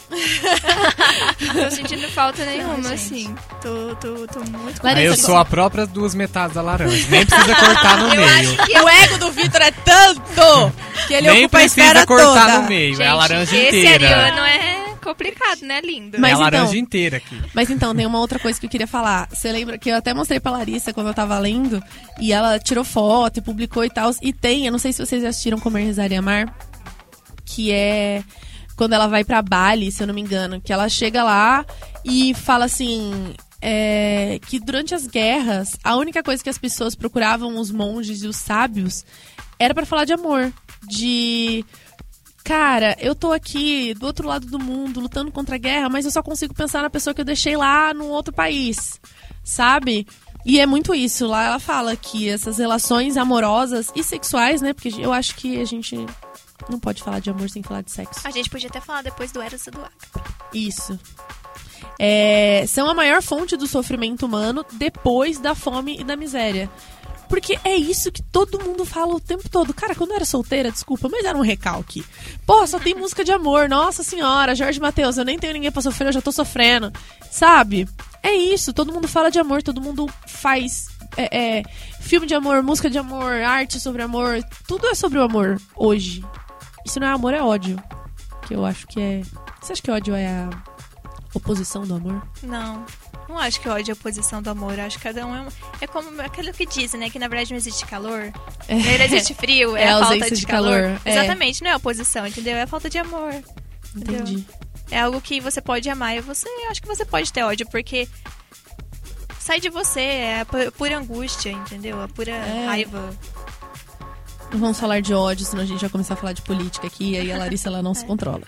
Não tô sentindo falta nenhuma, Não, assim. Tô, tô, tô muito Larissa, Aí eu sou a própria duas metades da laranja. Nem precisa cortar no meio. O ego do Vitor é tanto que ele Nem ocupa a precisa esfera cortar toda. no meio. Gente, é a laranja esse inteira. ariano é complicado, né, lindo? Mas é a então- laranja inteira aqui. Mas então, tem uma outra coisa que eu queria falar. Você lembra que eu até mostrei pra Larissa quando eu tava lendo, e ela tirou foto e publicou e tal. E tem, eu não sei se vocês já assistiram Comer, Rezar e Amar, que é quando ela vai pra Bali, se eu não me engano, que ela chega lá e fala assim, é, que durante as guerras, a única coisa que as pessoas procuravam, os monges e os sábios, era pra falar de amor. De... Cara, eu tô aqui do outro lado do mundo, lutando contra a guerra, mas eu só consigo pensar na pessoa que eu deixei lá num outro país, sabe? E é muito isso. Lá ela fala que essas relações amorosas e sexuais, né? Porque eu acho que a gente não pode falar de amor sem falar de sexo. A gente podia até falar depois do Eros e do Ágape. Isso. É, são a maior fonte do sofrimento humano depois da fome e da miséria. Porque é isso que todo mundo fala o tempo todo. Cara, quando eu era solteira, desculpa, mas era um recalque. Pô, só tem música de amor. Nossa senhora, Jorge Mateus, eu nem tenho ninguém pra sofrer, eu já tô sofrendo. Sabe? É isso, todo mundo fala de amor, todo mundo faz é, é, filme de amor, música de amor, arte sobre amor. Tudo é sobre o amor hoje. E se não é amor, é ódio. Que eu acho que é... Você acha que ódio é a oposição do amor? Não. Não acho que ódio é a oposição do amor. Eu acho que cada um é um... É como aquilo que dizem, né? Que na verdade não existe calor. É. Não existe frio, é, É a a falta ausência de, de calor. calor, é. Exatamente, não é a oposição, entendeu? É a falta de amor. Entendeu? Entendi. É algo que você pode amar e você... Eu acho que você pode ter ódio, porque... Sai de você, é a pu- pura angústia, entendeu? A pura É. raiva. Não vamos falar de ódio, senão a gente vai começar a falar de política aqui. E aí a Larissa, ela não se controla.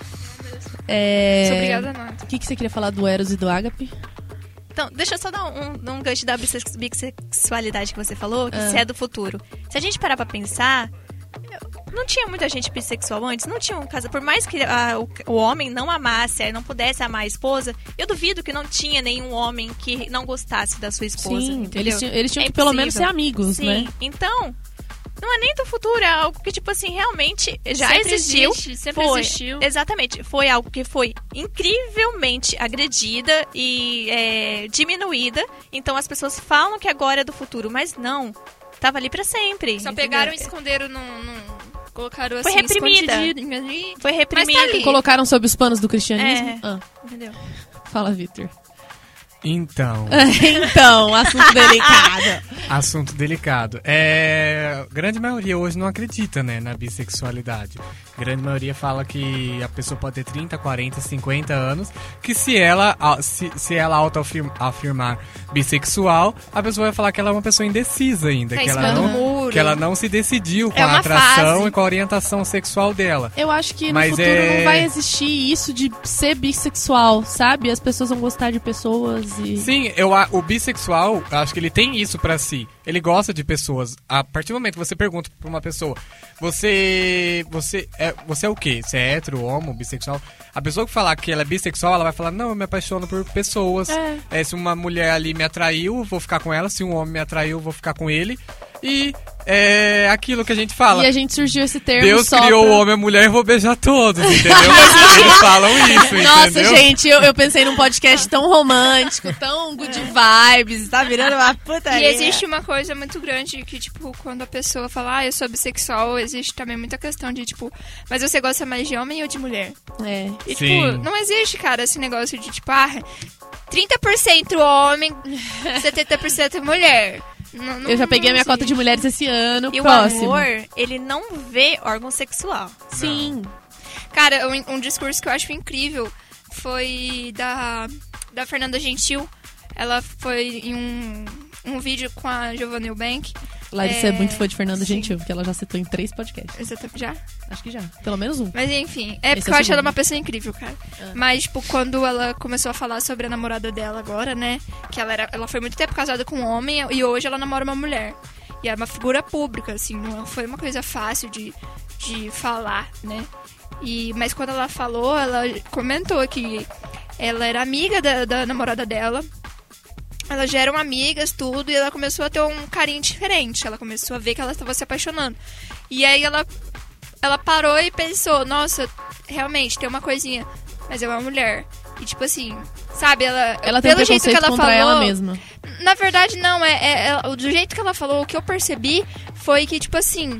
É... Sou obrigada a nada. O que, que você queria falar do Eros e do Ágape? Então, deixa eu só dar um, um gancho da bissex- bissexualidade que você falou, que Ah. se é do futuro. Se a gente parar pra pensar, não tinha muita gente bissexual antes, não tinha um casal. Por mais que ah, o, o homem não amasse, eh, não pudesse amar a esposa, eu duvido que não tinha nenhum homem que não gostasse da sua esposa. Sim, entendeu? eles, tinham- eles tinham É que pelo menos ser impossível. amigos, Sim, né? então, não é nem do futuro, é algo que, tipo assim, realmente já Sempre existiu. existe, sempre foi, existiu. Exatamente, foi algo que foi incrivelmente agredida e é, diminuída. Então as pessoas falam que agora é do futuro, mas não. Tava ali pra sempre. Só entendeu? pegaram e esconderam num... num... Colocaram assim, Foi reprimida. escondidinho ali. Foi reprimida. Mas tá ali. Colocaram sob os panos do cristianismo? É. Ah, Entendeu? fala, Vitor. Então, Então, assunto delicado. assunto delicado. É, a grande maioria hoje não acredita, né, na bissexualidade. A grande maioria fala que a pessoa pode ter trinta, quarenta, cinquenta anos, que se ela, se, se ela auto-afirmar bissexual, a pessoa vai falar que ela é uma pessoa indecisa ainda, Tá que, ela escando não, muro. que ela não se decidiu com É a uma atração fase. e com a orientação sexual dela. Eu acho que no Mas futuro é- não vai existir isso de ser bissexual, sabe? As pessoas vão gostar de pessoas E... Sim, eu, a- o bissexual, eu acho que ele tem isso pra si. Ele gosta de pessoas. A partir do momento que você pergunta pra uma pessoa, você você é, você é o quê? Você é hétero, homo, bissexual? A pessoa que falar que ela é bissexual, ela vai falar, não, eu me apaixono por pessoas. É. É, se uma mulher ali me atraiu, vou ficar com ela. Se um homem me atraiu, vou ficar com ele. E é aquilo que a gente fala. E a gente surgiu esse termo Deus só criou pra... o homem e a mulher e vou beijar todos, entendeu? Eles falam isso, Nossa, entendeu? gente, eu, eu pensei num podcast tão romântico, tão good vibes, tá virando uma putaria. E existe uma coisa muito grande que, tipo, quando a pessoa fala, ah, eu sou bissexual, existe também muita questão de, tipo, mas você gosta mais de homem ou de mulher? É. E, tipo, Sim. não existe, cara, esse negócio de, tipo, ah, trinta por cento homem, setenta por cento mulher. Não, não, Eu já peguei a minha não cota de mulheres esse ano, E próximo. o amor, ele não vê órgão sexual. Sim. Cara, um, um discurso que eu acho incrível foi da, da Fernanda Gentil. Ela foi em um, um vídeo com a Giovanna Eubank. Larissa é, É, muito fã de Fernanda sim. Gentil, porque ela já citou em três podcasts. Exatamente, já? Acho que já. Pelo menos um. Mas enfim, é Esse porque é o eu acho segundo. ela uma pessoa incrível, cara. Mas, tipo, quando ela começou a falar sobre a namorada dela agora, né? Que ela, era, ela foi muito tempo casada com um homem e hoje ela namora uma mulher. E é uma figura pública, assim, não foi uma coisa fácil de, de falar, né? E, mas quando ela falou, ela comentou que ela era amiga da, da namorada dela. Elas já eram amigas, tudo, e ela começou a ter um carinho diferente. Ela começou a ver que ela estava se apaixonando. E aí ela, ela parou e pensou, nossa, realmente, tem uma coisinha, mas é uma mulher. E tipo assim, sabe, ela, Ela tem um pelo jeito que preconceito ela contra falou, ela mesma. na verdade, não, é, é, é- do jeito que ela falou, o que eu percebi foi que, tipo assim,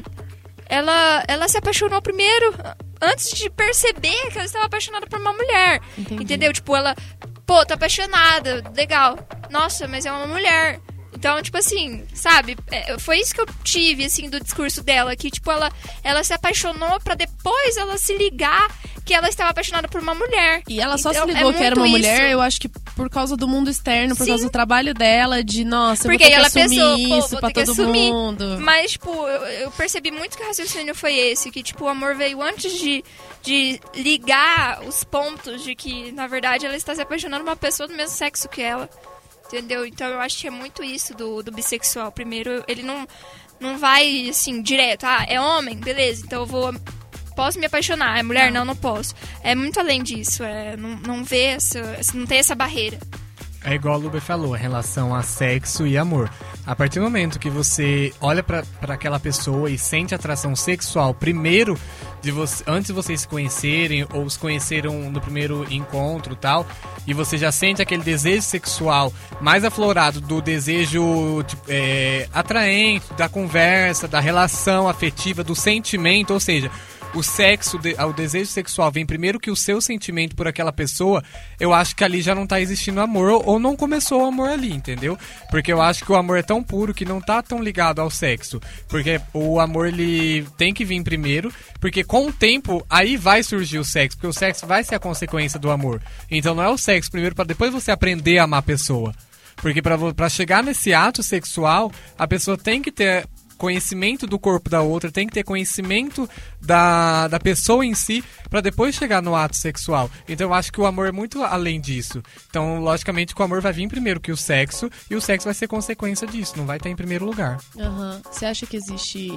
ela, ela se apaixonou primeiro, antes de perceber que ela estava apaixonada por uma mulher. Entendi. Entendeu? Tipo, ela, pô, tô apaixonada, legal. Nossa, mas é uma mulher. Então, tipo assim, sabe? É, foi isso que eu tive, assim, do discurso dela. Que, tipo, ela, ela se apaixonou pra depois ela se ligar que ela estava apaixonada por uma mulher. E ela só Então, se ligou é que era uma muito mulher, isso. eu acho que por causa do mundo externo, por Sim. causa do trabalho dela, de, nossa, Porque eu vou ter ela que assumir pensou, pô, isso vou pra ter que todo assumir. mundo. Mas, tipo, eu, eu percebi muito que o raciocínio foi esse. Que, tipo, o amor veio antes de, de ligar os pontos de que, na verdade, ela está se apaixonando por uma pessoa do mesmo sexo que ela. Entendeu? Então eu acho que é muito isso do, do bissexual. Primeiro, ele não, não vai, assim, direto. Ah, é homem? Beleza, então eu vou... Posso me apaixonar. É mulher? Não, não posso. É muito além disso. É, não, não vê essa... Não tem essa barreira. É igual a Luber falou, em relação a sexo e amor. A partir do momento que você olha pra, pra aquela pessoa e sente atração sexual, primeiro, de você, antes de vocês se conhecerem, ou se conheceram no primeiro encontro e tal, e você já sente aquele desejo sexual mais aflorado do desejo tipo, é, atraente, da conversa, da relação afetiva, do sentimento, ou seja... O sexo, o desejo sexual vem primeiro que o seu sentimento por aquela pessoa, eu acho que ali já não tá existindo amor, ou não começou o amor ali, entendeu? Porque eu acho que o amor é tão puro que não tá tão ligado ao sexo. Porque o amor, ele tem que vir primeiro, porque com o tempo, aí vai surgir o sexo, porque o sexo vai ser a consequência do amor. Então não é o sexo primeiro para depois você aprender a amar a pessoa. Porque pra, pra chegar nesse ato sexual, a pessoa tem que ter... conhecimento do corpo da outra, tem que ter conhecimento da, da pessoa em si pra depois chegar no ato sexual. Então eu acho que o amor é muito além disso. Então, logicamente, que o amor vai vir primeiro que o sexo, e o sexo vai ser consequência disso, não vai estar em primeiro lugar. Aham. Você acha que existe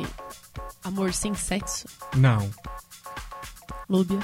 amor sem sexo, Não. Lúbia?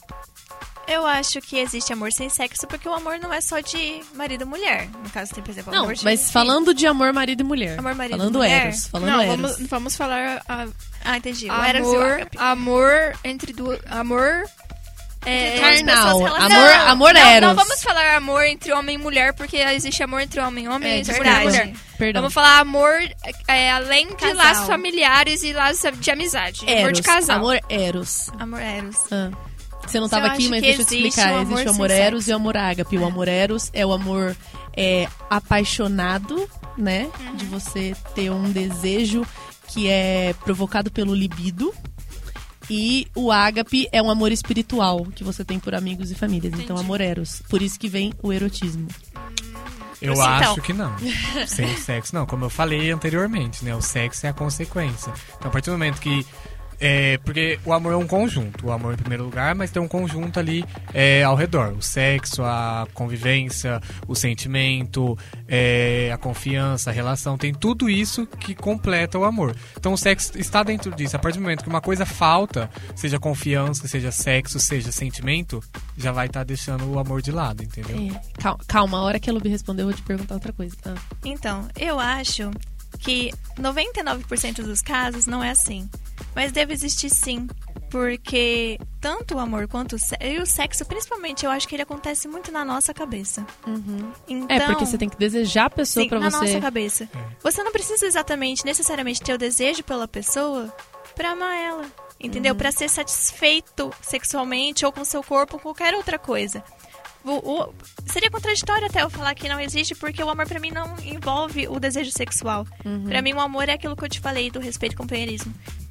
Eu acho que existe amor sem sexo, porque o amor não é só de marido e mulher. No caso, tem, por exemplo, Não, amor de mas filho. falando de amor marido e mulher. Amor, marido e falando mulher? eros, falando não, eros. vamos, vamos falar a, Ah, entendi. O Eros e o amor, ágape. amor entre duas... Amor... É, Duas Carnal, pessoas relacionadas. amor, Não, amor não, eros. Não vamos falar amor entre homem e mulher, porque existe amor entre homem e homem É, e existe desculpa. mulher e mulher. Perdão. Vamos falar amor é, além de Casal. laços familiares e laços de amizade. Amor Eros, de casal. amor eros. Amor Eros. Ah. Você não Eu estava aqui, acho mas que deixa eu te existe explicar. um amor Existe o amor sem eros sexo. e o amor ágape. O amor eros é o amor é, apaixonado, né? Uhum. De você ter um desejo que é provocado pelo libido. E o ágape é um amor espiritual que você tem por amigos e famílias. Então, amor eros. Por isso que vem o erotismo. Eu Então. acho que não. Sem sexo, não. Como eu falei anteriormente, né? O sexo é a consequência. Então, a partir do momento que É, porque o amor é um conjunto. O amor em primeiro lugar, mas tem um conjunto ali é, ao redor. O sexo, a convivência, o sentimento, é, a confiança, a relação. Tem tudo isso que completa o amor. Então o sexo está dentro disso. A partir do momento que uma coisa falta, seja confiança, seja sexo, seja sentimento, já vai estar deixando o amor de lado, entendeu? É. Calma, calma, a hora que a Lubi responder, eu vou te perguntar outra coisa. Ah. Então, eu acho que noventa e nove por cento dos casos não é assim. Mas deve existir sim. Porque tanto o amor quanto o sexo, e o sexo, principalmente, eu acho que ele acontece muito na nossa cabeça. Uhum. Então, É, porque você tem que desejar a pessoa sim, pra na você... nossa cabeça. Você não precisa exatamente, necessariamente, ter o desejo pela pessoa pra amar ela. Entendeu? Uhum. Pra ser satisfeito sexualmente ou com seu corpo ou qualquer outra coisa. O, o, seria contraditório até eu falar que não existe, porque o amor pra mim não envolve o desejo sexual. Uhum. Pra mim o amor é aquilo que eu te falei do respeito e companheirismo.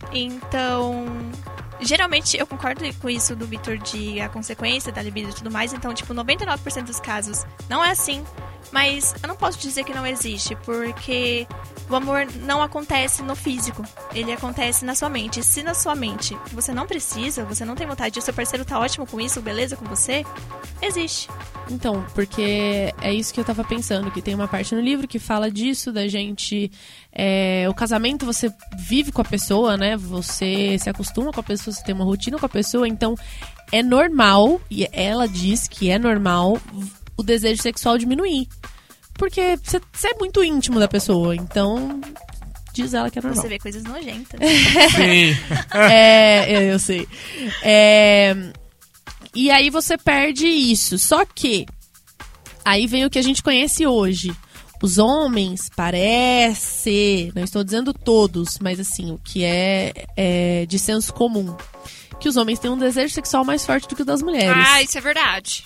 Então, geralmente eu concordo com isso do Vitor de a consequência da libido e tudo mais. Então, tipo, noventa e nove por cento dos casos não é assim. Mas eu não posso dizer que não existe, porque o amor não acontece no físico. Ele acontece na sua mente. E se na sua mente você não precisa, você não tem vontade, e o seu parceiro tá ótimo com isso, beleza com você, existe. Então, porque é isso que eu tava pensando, que tem uma parte no livro que fala disso, da gente... É, o casamento, você vive com a pessoa, né? Você se acostuma com a pessoa, você tem uma rotina com a pessoa, então é normal, e ela diz que é normal o desejo sexual diminuir. Porque você, você é muito íntimo da pessoa, então... Diz ela que é normal. Você vê coisas nojentas. Sim. É, eu, eu sei. É, e aí você perde isso. Só que aí vem o que a gente conhece hoje. Os homens, parece, não estou dizendo todos, mas assim, o que é, é de senso comum, que os homens têm um desejo sexual mais forte do que o das mulheres. Ah, isso é verdade.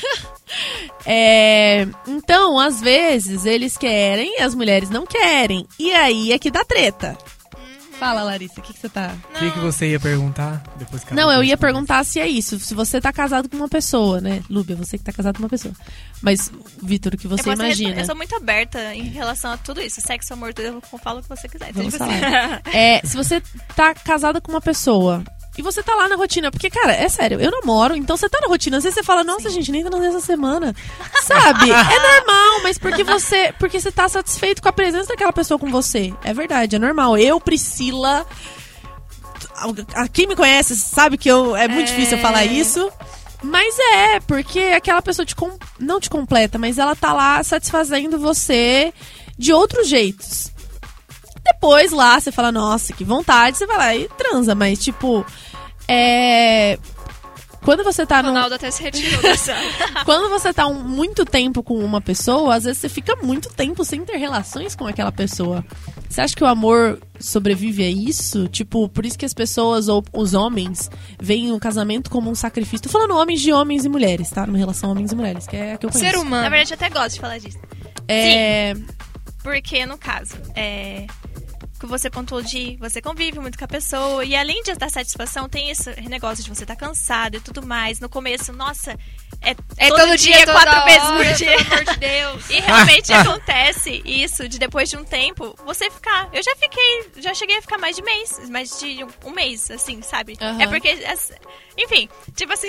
É, então, às vezes, eles querem e as mulheres não querem. E aí é que dá treta. Fala, Larissa, o que, que você tá... O que, que você ia perguntar depois que Não, ela eu ia respondeu? perguntar se é isso. Se você tá casado com uma pessoa, né? Lúbia, você que tá casado com uma pessoa. Mas, Vitor, o que você eu, posso imagina? responder- eu sou muito aberta em relação a tudo isso. Sexo, amor, tudo, eu falo o que você quiser. Então, Vamos tipo falar. assim, É, se você tá casada com uma pessoa e você tá lá na rotina, porque, cara, é sério, eu namoro, então você tá na rotina, às vezes você fala, nossa, gente, nem transei essa semana. Sabe? É normal, mas porque você, porque você tá satisfeito com a presença daquela pessoa com você. É verdade, é normal. Eu, Priscila... Quem me conhece sabe que eu, é muito É. difícil eu falar isso. Mas é, porque aquela pessoa te com- não te completa, mas ela tá lá satisfazendo você de outros jeitos. Depois lá, você fala, nossa, que vontade, você vai lá e transa. Mas, tipo, é... Quando você tá O no... Ronaldo até se retirou dessa. Quando você tá um, muito tempo com uma pessoa, às vezes você fica muito tempo sem ter relações com aquela pessoa. Você acha que o amor sobrevive a isso? Tipo, por isso que as pessoas, ou os homens, veem o casamento como um sacrifício. Tô falando homens de homens e mulheres, tá? Numa relação homens e mulheres, que é a que eu conheço. Ser humano. na verdade, eu até gosto de falar disso. É... Porque, no caso, é... que você pontuou de você convive muito com a pessoa e além de dar satisfação, tem esse negócio de você estar cansado e tudo mais. No começo, nossa, é, É todo, todo dia, dia, toda quatro vezes hora, por dia. pelo amor de Deus. E realmente acontece isso, de depois de um tempo, você ficar... Eu já fiquei, já cheguei a ficar mais de mês, mais de um, um mês, assim, sabe? Aham. É porque... as- Enfim, tipo assim...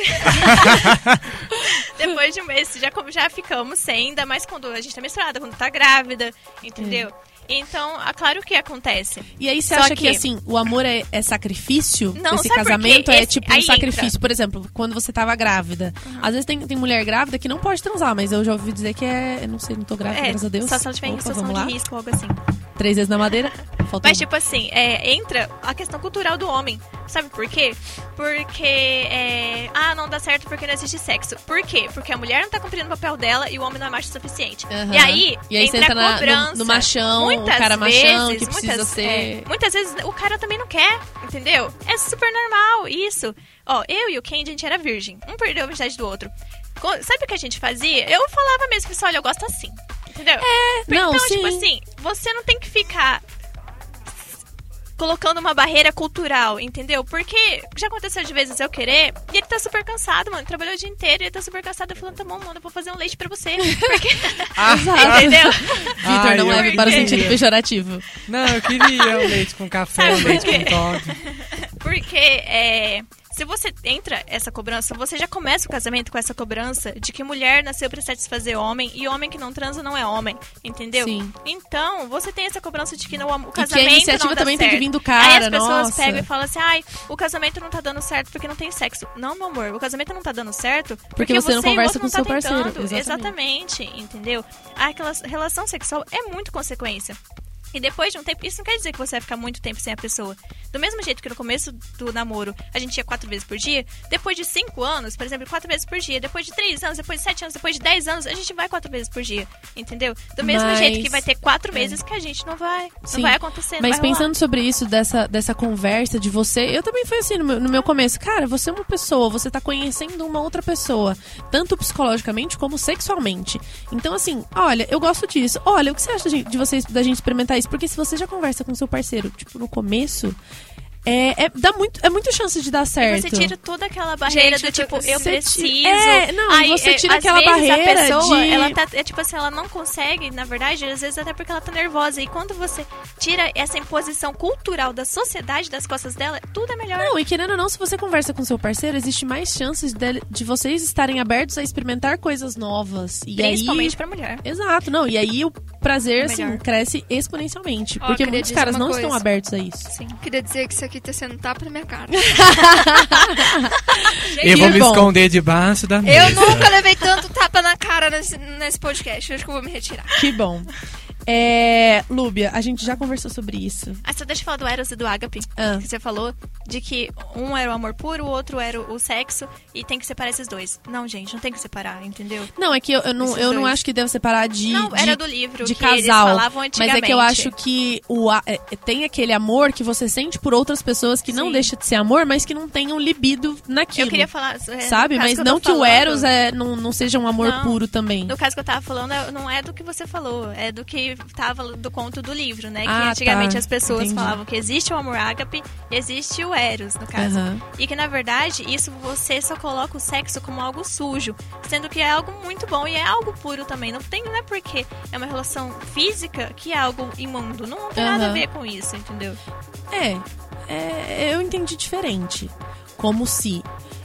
depois de um mês, já, já ficamos sem, ainda mais quando a gente tá menstruada, quando tá grávida, entendeu? Então, é claro que acontece. E aí você Só acha que, que- assim, o amor é, é sacrifício? Não, Esse sabe por quê? casamento é Esse- tipo um aí sacrifício. entra. Por exemplo, quando você tava grávida. Às vezes tem, tem mulher grávida que não pode transar, mas eu já ouvi dizer que é... Eu não sei, não tô grávida, É, graças a Deus. só se ela tiver em Opa, situação vamos de lá. risco ou algo assim. Três vezes na madeira. Faltou Mas, um. tipo assim, é, entra a questão cultural do homem. Sabe por quê? Porque, é, ah, não dá certo porque não existe sexo. Por quê? Porque a mulher não tá cumprindo o papel dela e o homem não é macho o suficiente. Aham. E aí, E aí você entra entra a na- no- cobrança. no machão, o muitas cara machão vezes, que precisa muitas, ser- é, muitas vezes o cara também não quer, entendeu? É super normal isso. Ó, eu e o Ken, a gente era virgem. Um perdeu a virgindade do outro. Co- Sabe o que a gente fazia? Eu falava mesmo, pessoal, olha, eu gosto assim. Entendeu? É, não, então, sim. tipo assim, você não tem que ficar colocando uma barreira cultural, entendeu? Porque já aconteceu de vezes eu querer e ele tá super cansado, mano. Trabalhou o dia inteiro e ele tá super cansado. Eu falando, tá bom, mano, eu vou fazer um leite pra você. Porque... Exato. entendeu? Vitor, não Ai, eu leve para o queria. sentido pejorativo. Não, eu queria o leite com café, o leite com Todd. Por porque é, se você entra essa cobrança, você já começa o casamento com essa cobrança de que mulher nasceu pra satisfazer homem e homem que não transa não é homem, entendeu? Sim. Então, você tem essa cobrança de que no, o E casamento que a iniciativa não dá também certo. tem que vir do cara, Aí as pessoas nossa. pegam e falam assim, ai, o casamento não tá dando certo porque não tem sexo. Não, meu amor, o casamento não tá dando certo porque, Porque você não e o conversa outro com não seu tá parceiro. tentando. Exatamente. Exatamente, entendeu? Aquela relação sexual é muito consequência. E depois de um tempo, isso não quer dizer que você vai ficar muito tempo sem a pessoa. Do mesmo jeito que no começo do namoro a gente ia quatro vezes por dia, depois de cinco anos, por exemplo, quatro vezes por dia, depois de três anos, depois de sete anos, depois de dez anos, a gente vai quatro vezes por dia, entendeu? Do mesmo Mas- jeito que vai ter quatro meses que a gente não vai, Sim. não vai acontecer, não Mas vai rolar. pensando sobre isso, dessa, dessa conversa de você, eu também fui assim no meu, no meu começo. Cara, você é uma pessoa, você tá conhecendo uma outra pessoa, tanto psicologicamente como sexualmente. Então, assim, olha, eu gosto disso. Olha, o que você acha de, de vocês, da gente experimentar isso? Porque se você já conversa com seu parceiro, tipo, no começo, é, é, dá muito, é muito chance de dar certo. Você tira toda aquela barreira Gente, do tipo, você eu tira- preciso. É, não, Aí, você é, tira às aquela vezes, barreira a pessoa, de- ela tá, é tipo assim, ela não consegue, na verdade, às vezes até porque ela tá nervosa. E quando você tira essa imposição cultural da sociedade das costas dela, tudo é melhor. Não, e querendo ou não, se você conversa com seu parceiro, existe mais chances de, de vocês estarem abertos a experimentar coisas novas. E Principalmente aí... pra mulher. Exato, não. E aí o prazer, É assim, melhor. cresce exponencialmente. Ó, porque queria muitos dizer caras uma não coisa. estão abertos a isso. Sim. Queria dizer que isso aqui tá sendo um tapa na minha cara. Eu vou me bom. esconder debaixo da mesa. Eu nunca levei tanto tapa na cara nesse, nesse podcast. Eu acho que eu vou me retirar. Que bom. É, Lúbia, a gente já conversou sobre isso. Ah, só deixa eu falar do Eros e do Ágape, Ah. que você falou, de que um era o amor puro, o outro era o sexo, e tem que separar esses dois. Não, gente, não tem que separar, entendeu? Não, é que eu, eu não, Esses eu não dois. acho que deve separar de, Não, de, era do livro de que eles casal. falavam Mas antigamente. é que eu acho que o, a- é, tem aquele amor que você sente por outras pessoas que não Sim. deixa de ser amor, mas que não tem um libido naquilo. Eu queria falar... é, Sabe? no caso Mas eu não tô que o falando- Eros é, não, não seja um amor Não. puro também. No caso que eu tava falando, é- não é do que você falou, é do que tava do conto do livro, né? Que Ah, antigamente tá. as pessoas Entendi. falavam que existe o amor ágape e existe o Eros, no caso. Aham. E que, na verdade, isso você só coloca o sexo como algo sujo, sendo que é algo muito bom e é algo puro também. Não tem, não é porque é uma relação física que é algo imundo. Não, não tem nada a Aham. ver com isso, entendeu? É, é, eu entendi diferente. Como se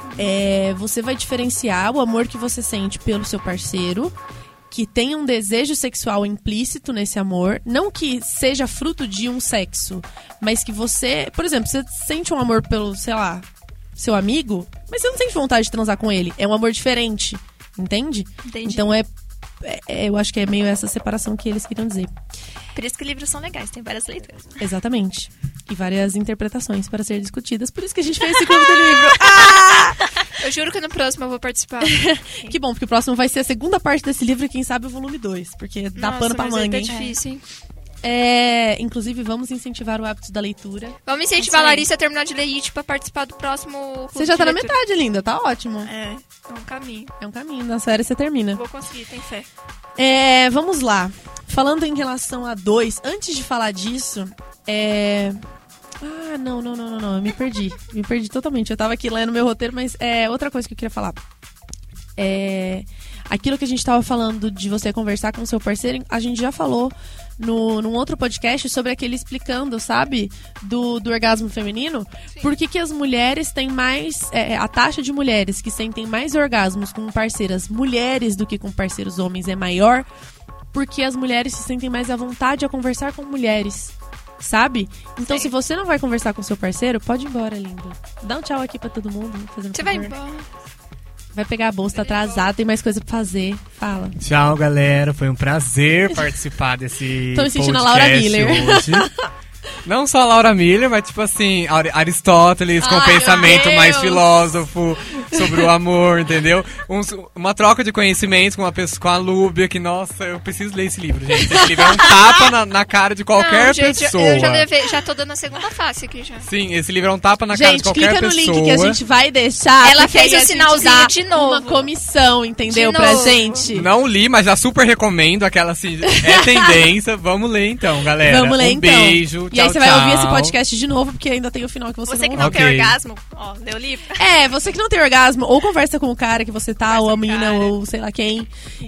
é, você vai diferenciar o amor que você sente pelo seu parceiro, que tem um desejo sexual implícito nesse amor, não que seja fruto de um sexo, mas que você, por exemplo, você sente um amor pelo, sei lá, seu amigo, mas você não sente vontade de transar com ele. É um amor diferente, entende? Entendi. Então é, é- eu acho que é meio essa separação que eles queriam dizer. Por isso que livros são legais, tem várias leituras. Exatamente. E várias interpretações para ser discutidas. Por isso que a gente fez esse clube do livro. Eu juro que no próximo eu vou participar. Que bom, porque o próximo vai ser a segunda parte desse livro e quem sabe o volume dois. Porque dá Nossa, pano pra mas aí manga, tá hein? difícil, hein? É, inclusive, vamos incentivar o hábito da leitura. Vamos incentivar a Isso aí. Larissa a terminar de ler It pra participar do próximo clube Você já tá de na leitura. metade, linda. Tá ótimo. É, é um caminho. É um caminho. Na série você termina. Vou conseguir, tem fé. É, vamos lá. Falando em relação a dois, antes de falar disso, é... Ah, não, não, não, não, não. Eu me perdi. Me perdi totalmente. Eu tava aqui lendo meu roteiro, mas é outra coisa que eu queria falar. É... Aquilo que a gente tava falando de você conversar com o seu parceiro, a gente já falou no, num outro podcast sobre aquele explicando, sabe? Do, do orgasmo feminino. Por que que as mulheres têm mais... é, a taxa de mulheres que sentem mais orgasmos com parceiras mulheres do que com parceiros homens é maior? Porque as mulheres se sentem mais à vontade a conversar com mulheres, sabe? Então, Sim. se você não vai conversar com seu parceiro, pode ir embora, linda. Dá um tchau aqui pra todo mundo. Fazendo Você vai favor. embora. Vai pegar a bolsa, tá atrasado, tem mais coisa pra fazer. Fala. Tchau, galera. Foi um prazer participar desse Tô me sentindo a podcast Laura Miller. hoje. Não só a Laura Miller, mas tipo assim, Ar- Aristóteles com Ai, pensamento meu mais Deus. filósofo sobre o amor, entendeu? Um- uma troca de conhecimentos com, uma pessoa, com a Lúbia, que, nossa, eu preciso ler esse livro, gente. Esse livro é um tapa na, na cara de qualquer Não, gente, pessoa. eu já, levei, já tô dando a segunda face aqui já. Sim, esse livro é um tapa na cara de Gente, qualquer clica no pessoa. link que a gente vai deixar. Ela porque fez aí o a gente sinalzinho dá de novo. Uma comissão, entendeu? De Pra novo. gente. Não li, mas já super recomendo. Aquela assim, é tendência. Vamos ler então, galera. Vamos ler um então. beijo, E aí tchau, você vai tchau. ouvir esse podcast de novo, porque ainda tem o final que você, Você não que não Ok. tem orgasmo, ó, lê o livro. É, você que não tem orgasmo, ou conversa com o cara que você tá, Conversa ou a com o menina, cara. ou sei lá quem.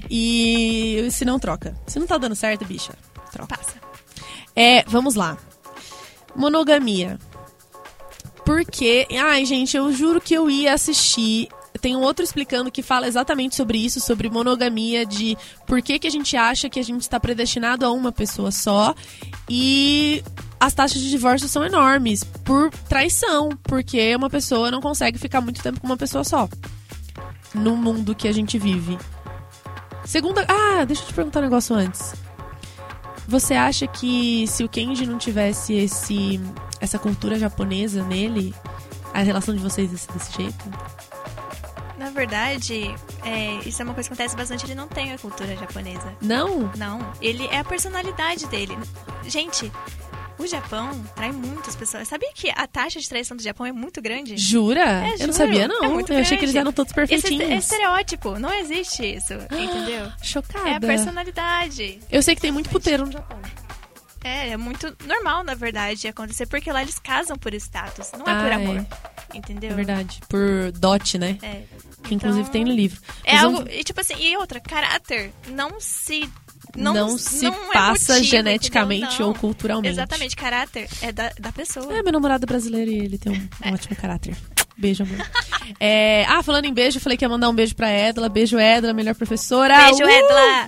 E se não, troca. Se não tá dando certo, bicha, troca. Passa. É, vamos lá. Monogamia. Porque, ai, gente, eu juro que eu ia assistir. Tem um outro explicando que fala exatamente sobre isso, sobre monogamia, de por que, que a gente acha que a gente está predestinado a uma pessoa só. E as taxas de divórcio são enormes por traição, porque uma pessoa não consegue ficar muito tempo com uma pessoa só. No mundo que a gente vive. Segunda... Ah, deixa eu te perguntar um negócio antes. Você acha que se o Kenji não tivesse esse, essa cultura japonesa nele, a relação de vocês ia ser desse jeito? Na verdade, é, isso é uma coisa que acontece bastante. Ele não tem a cultura japonesa. Não? Não. Ele é a personalidade dele. Gente, o Japão trai muitas pessoas. Sabia que a taxa de traição do Japão é muito grande? Jura? É, eu juro. não sabia, não. É muito eu achei grande. que eles eram todos perfeitinhos. Esse é estereótipo. Não existe isso. Entendeu? Chocada. É a personalidade. Eu sei que tem muito puteiro no Japão. É, é muito normal, na verdade, acontecer. Porque lá eles casam por status. Não é Ah, por é. amor. Entendeu? É verdade. Por dote, né? É. Que inclusive Então, tem no livro. É Mas algo... vamos- E tipo assim, e outra, caráter não se... Não, Não, se não é passa motivo, geneticamente entendeu? Não. ou culturalmente. Exatamente, caráter é da, da pessoa. É, meu namorado é brasileiro e ele tem um, um ótimo caráter. Beijo, amor. É, ah, falando em beijo, eu falei que ia mandar um beijo pra Edla. Beijo, Edla, melhor professora. Beijo, Uh! Edla!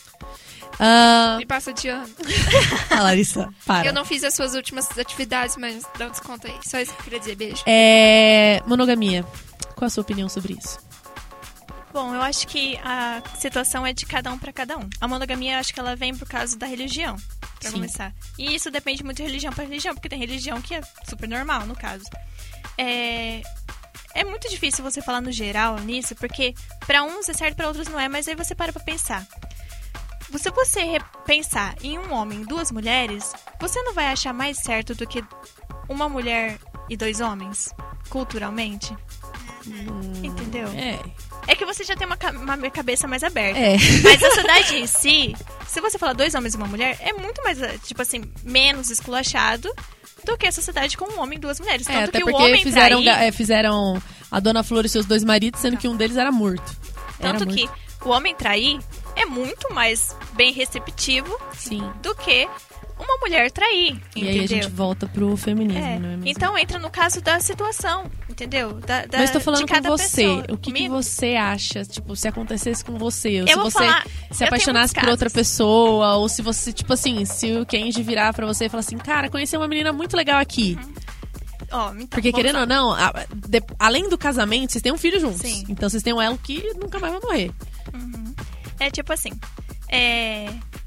Ah, Me passa de ano. a Larissa, para. Eu não fiz as suas últimas atividades, mas dá um desconto aí. Só isso que eu queria dizer. Beijo. É, monogamia. Qual a sua opinião sobre isso? Bom, eu acho que a situação é de cada um pra cada um. A monogamia, eu acho que ela vem por causa da religião, pra Sim. começar. E isso depende muito de religião pra religião, porque tem religião que é super normal, no caso. É... É muito difícil você falar no geral nisso, porque pra uns é certo, pra outros não é, mas aí você para pra pensar. Se você re- pensar em um homem e duas mulheres, você não vai achar mais certo do que uma mulher e dois homens, culturalmente? Entendeu? É. É que você já tem uma, ca- uma cabeça mais aberta. É. Mas a sociedade em si, se você falar dois homens e uma mulher, é muito mais, tipo assim, menos esculachado do que a sociedade com um homem e duas mulheres. É, Tanto até que porque o homem fizeram, trair, ga- é, fizeram a Dona Flor e seus dois maridos, sendo que um deles era morto. Era tanto morto. que o homem trair é muito mais bem receptivo Sim. do que uma mulher trair, E entendeu? aí a gente volta pro feminismo, É, não é mesmo? então entra no caso da situação, entendeu? Da, da, Mas tô falando de com cada você. pessoa. O que, que Comigo? você acha, tipo, se acontecesse com você? Ou Eu se vou você falar- se eu apaixonasse tenho por muitos outra casos. pessoa, ou se você, tipo assim, se o Kenji virar pra você e falar assim, cara, conheci uma menina muito legal aqui. Ó, então, Porque, vamos querendo lá. ou não, a- de- além do casamento, vocês têm um filho juntos. Sim. Então vocês têm um elo que nunca mais vai morrer. É tipo assim, é...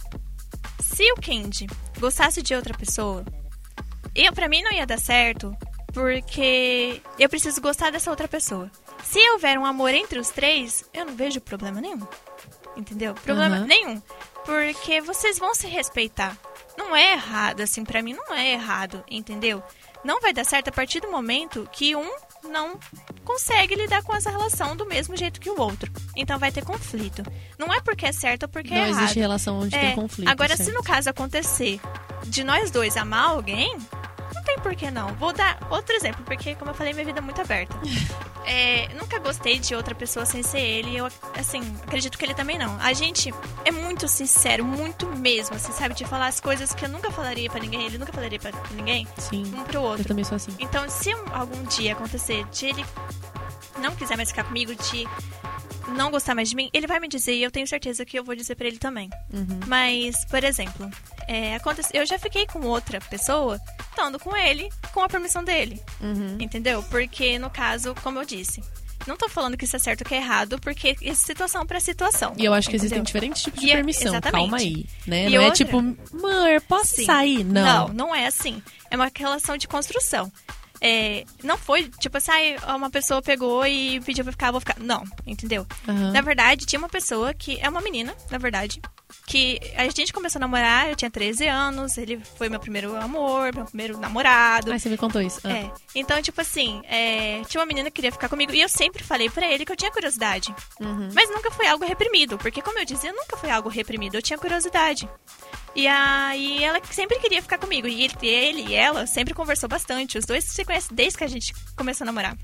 se o Kenji gostasse de outra pessoa, eu, pra mim não ia dar certo, porque eu preciso gostar dessa outra pessoa. Se houver um amor entre os três, eu não vejo problema nenhum. Entendeu? Problema Uhum. nenhum. Porque vocês vão se respeitar. Não é errado, assim, pra mim não é errado, entendeu? Não vai dar certo a partir do momento que um não consegue lidar com essa relação do mesmo jeito que o outro. Então vai ter conflito. Não é porque é certo ou porque não é errado. existe relação onde É, tem conflito. Agora, certo? se no caso acontecer de nós dois amar alguém, não tem por que não. Vou dar outro exemplo, porque, como eu falei, minha vida é muito aberta. É, nunca gostei de outra pessoa sem ser ele. Eu, assim, acredito que ele também não. A gente é muito sincero, muito mesmo, assim, sabe? De falar as coisas que eu nunca falaria pra ninguém, ele nunca falaria pra ninguém, Sim, um pro eu outro. também sou assim. Então, se algum dia acontecer de ele não quiser mais ficar comigo, de não gostar mais de mim, ele vai me dizer e eu tenho certeza que eu vou dizer pra ele também. Uhum. Mas, por exemplo, é, acontece, eu já fiquei com outra pessoa, estando com ele, com a permissão dele. Uhum. Entendeu? Porque, no caso, como eu disse, não tô falando que isso é certo ou que é errado, porque é situação pra situação. E eu acho que entendeu? existem diferentes tipos de E é- permissão. exatamente. Calma aí, né? E não é outra- tipo, amor, posso Sim. sair? Não. Não, não é assim. É uma relação de construção. É, não foi, tipo assim, ah, uma pessoa pegou e pediu pra ficar, vou ficar. Não, entendeu? Aham. Na verdade, tinha uma pessoa que é uma menina, na verdade, que a gente começou a namorar, eu tinha treze anos, ele foi meu primeiro amor, meu primeiro namorado. Ah, você me contou isso. Ah. É. Então, tipo assim, é, tinha uma menina que queria ficar comigo e eu sempre falei pra ele que eu tinha curiosidade. Uhum. Mas nunca foi algo reprimido, porque como eu dizia, nunca foi algo reprimido, eu tinha curiosidade. E aí ela sempre queria ficar comigo. E ele, ele e ela sempre conversou bastante. Os dois se conhecem desde que a gente começou a namorar.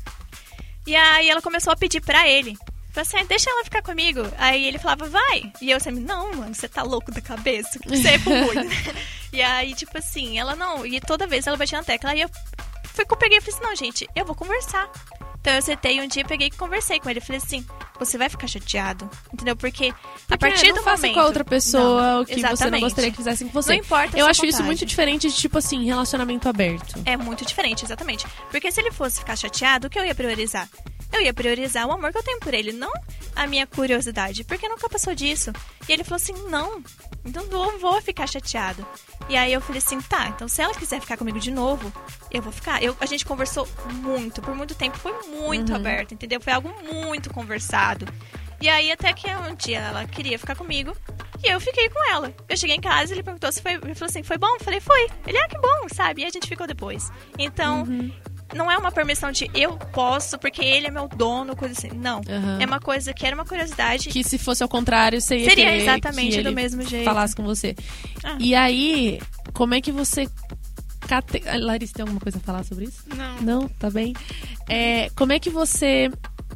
E aí ela começou a pedir pra ele. Falei assim, deixa ela ficar comigo. Aí ele falava, vai. E eu sempre, não, mano, você tá louco da cabeça. Que você é ruim. E aí, tipo assim, ela não. E toda vez ela batia na tecla. Aí eu foi que eu peguei e falei assim, não, gente, eu vou conversar. Então eu sentei um dia, peguei e conversei com ele. Falei assim, você vai ficar chateado, entendeu? Porque, Porque a partir não do faça momento... com a outra pessoa não, o que você exatamente. não gostaria que fizessem com você. Não importa a Eu sua acho isso vontade. muito diferente de, tipo assim, relacionamento aberto. É muito diferente, exatamente. Porque se ele fosse ficar chateado, o que eu ia priorizar? Eu ia priorizar o amor que eu tenho por ele, não a minha curiosidade. Porque nunca passou disso. E ele falou assim, não, então não vou ficar chateado. E aí eu falei assim, tá, então se ela quiser ficar comigo de novo, eu vou ficar. Eu, a gente conversou muito, por muito tempo, foi muito Uhum. aberto, entendeu? Foi algo muito conversado. E aí até que um dia ela queria ficar comigo e eu fiquei com ela. Eu cheguei em casa e ele perguntou se foi. Ele falou assim, foi bom? Eu falei, foi. Ele, ah, que bom, sabe? E a gente ficou depois. Então, Uhum. não é uma permissão de eu posso porque ele é meu dono, coisa assim. Não. Uhum. É uma coisa que era uma curiosidade. Que se fosse ao contrário, você ia Seria querer exatamente que do ele mesmo jeito. falasse com você. Ah. E aí, como é que você... Cate... Larissa, tem alguma coisa a falar sobre isso? Não. Não? Tá bem? É, como é que você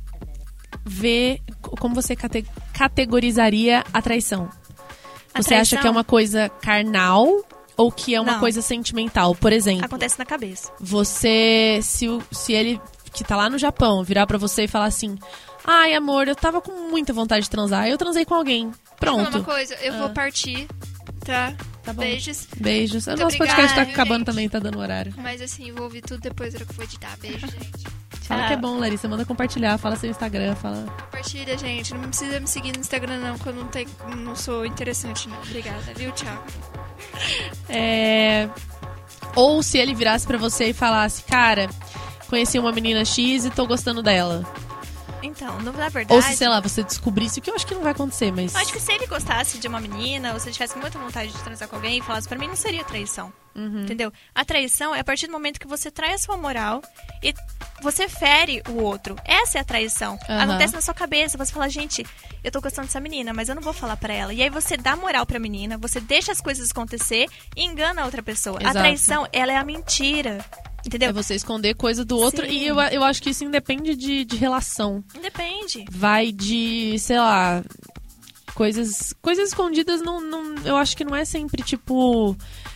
vê... Como você cate... categorizaria a traição? A Você acha traição que é uma coisa carnal ou que é uma Não. coisa sentimental? Por exemplo, acontece na cabeça. você... Se, o- se ele, que tá lá no Japão, virar pra você e falar assim... Ai, amor, eu tava com muita vontade de transar. Eu transei com alguém. Falar uma Pronto. coisa, eu Ah. vou partir, tá? Tá bom. Beijos. Beijos. O Muito nosso podcast tá obrigada, acabando gente. também, tá dando horário. Mas assim, vou ouvir tudo depois da hora que eu for editar. Beijo, gente. Fala Tchau. que é bom, Larissa. Manda compartilhar. Fala seu Instagram. Fala... Compartilha, gente. Não precisa me seguir no Instagram, não, que eu não, tenho, não sou interessante, não. Obrigada, viu? Tchau. É... Ou se ele virasse pra você e falasse... Cara, conheci uma menina X e tô gostando dela. Então, na verdade... Ou se, sei lá, você descobrisse... O que eu acho que não vai acontecer, mas... Acho que se ele gostasse de uma menina, ou se ele tivesse muita vontade de transar com alguém e falasse pra mim, não seria traição. Uhum. Entendeu? A traição é a partir do momento que você trai a sua moral e você fere o outro. Essa é a traição. Aham. Acontece na sua cabeça. Você fala, gente, eu tô gostando dessa menina, mas eu não vou falar pra ela. E aí você dá moral pra menina, você deixa as coisas acontecer e engana a outra pessoa. Exato. A traição, ela é a mentira. Entendeu? É você esconder coisa do outro. Sim. E eu, eu acho que isso independe de, de relação. Depende. Vai de, sei lá... Coisas, coisas escondidas, não, não, eu acho que não é sempre, tipo...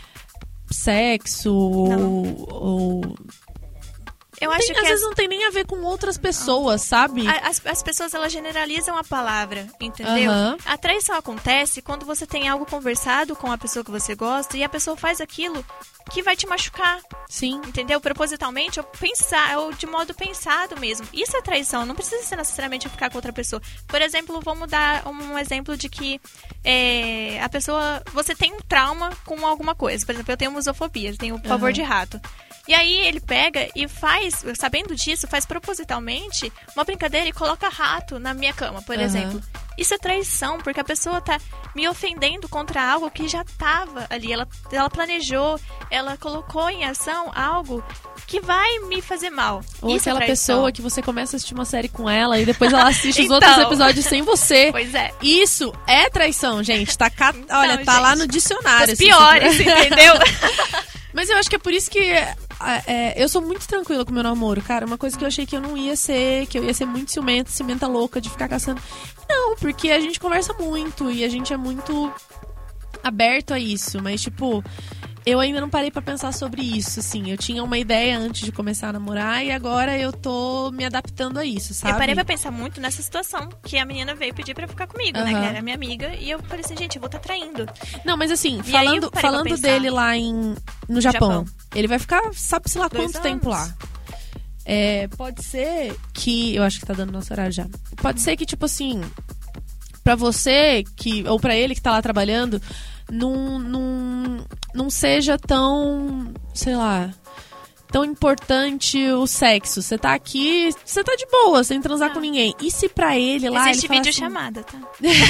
Sexo ou... ou... Eu Tem- acho às que vezes as, não tem nem a ver com outras pessoas, sabe? a- as, as pessoas, elas generalizam a palavra, entendeu? Aham. A traição acontece quando você tem algo conversado com a pessoa que você gosta e a pessoa faz aquilo que vai te machucar. Sim. Entendeu? Propositalmente, ou pensar, ou de modo pensado mesmo. Isso é traição, não precisa ser necessariamente ficar com outra pessoa. Por exemplo, vamos dar um exemplo de que é, a pessoa. Você tem um trauma com alguma coisa. Por exemplo, eu tenho musofobia, eu tenho pavor Aham. de rato. E aí ele pega e faz, sabendo disso, faz propositalmente uma brincadeira e coloca rato na minha cama, por Aham. exemplo. Isso é traição, porque a pessoa tá me ofendendo contra algo que já tava ali. Ela, ela planejou, ela colocou em ação algo que vai me fazer mal. Ou Isso é aquela traição. pessoa que você começa a assistir uma série com ela e depois ela assiste os Então. outros episódios sem você. Pois é. Isso é traição, gente. Tá ca... Então, Olha, tá lá gente, no dicionário. Os assim, piores, você- entendeu? Mas eu acho que é por isso que é, é, eu sou muito tranquila com o meu namoro, cara. Uma coisa que eu achei que eu não ia ser, que eu ia ser muito ciumenta, ciumenta louca de ficar caçando. Não, porque a gente conversa muito e a gente é muito aberto a isso. Mas, tipo, eu ainda não parei pra pensar sobre isso, assim. Eu tinha uma ideia antes de começar a namorar e agora eu tô me adaptando a isso, sabe? Eu parei pra pensar muito nessa situação, que a menina veio pedir pra ficar comigo, né? Aham. Que era minha amiga, e eu falei assim, gente, eu vou estar traindo. Não, mas assim, aí falando, eu parei pra falando pensar. dele lá em, no Japão, Japão. ele vai ficar, sabe-se lá Dois quanto tempo anos. lá. É, pode ser que. Eu acho que tá dando nosso horário já. Pode ser que, tipo assim, pra você, que, ou pra ele que tá lá trabalhando, não, não, não seja tão, sei lá, tão importante o sexo. Você tá aqui, você tá de boa, sem transar Ah. com ninguém. E se pra ele lá. Existe ele fala vídeo assim, chamada, tá?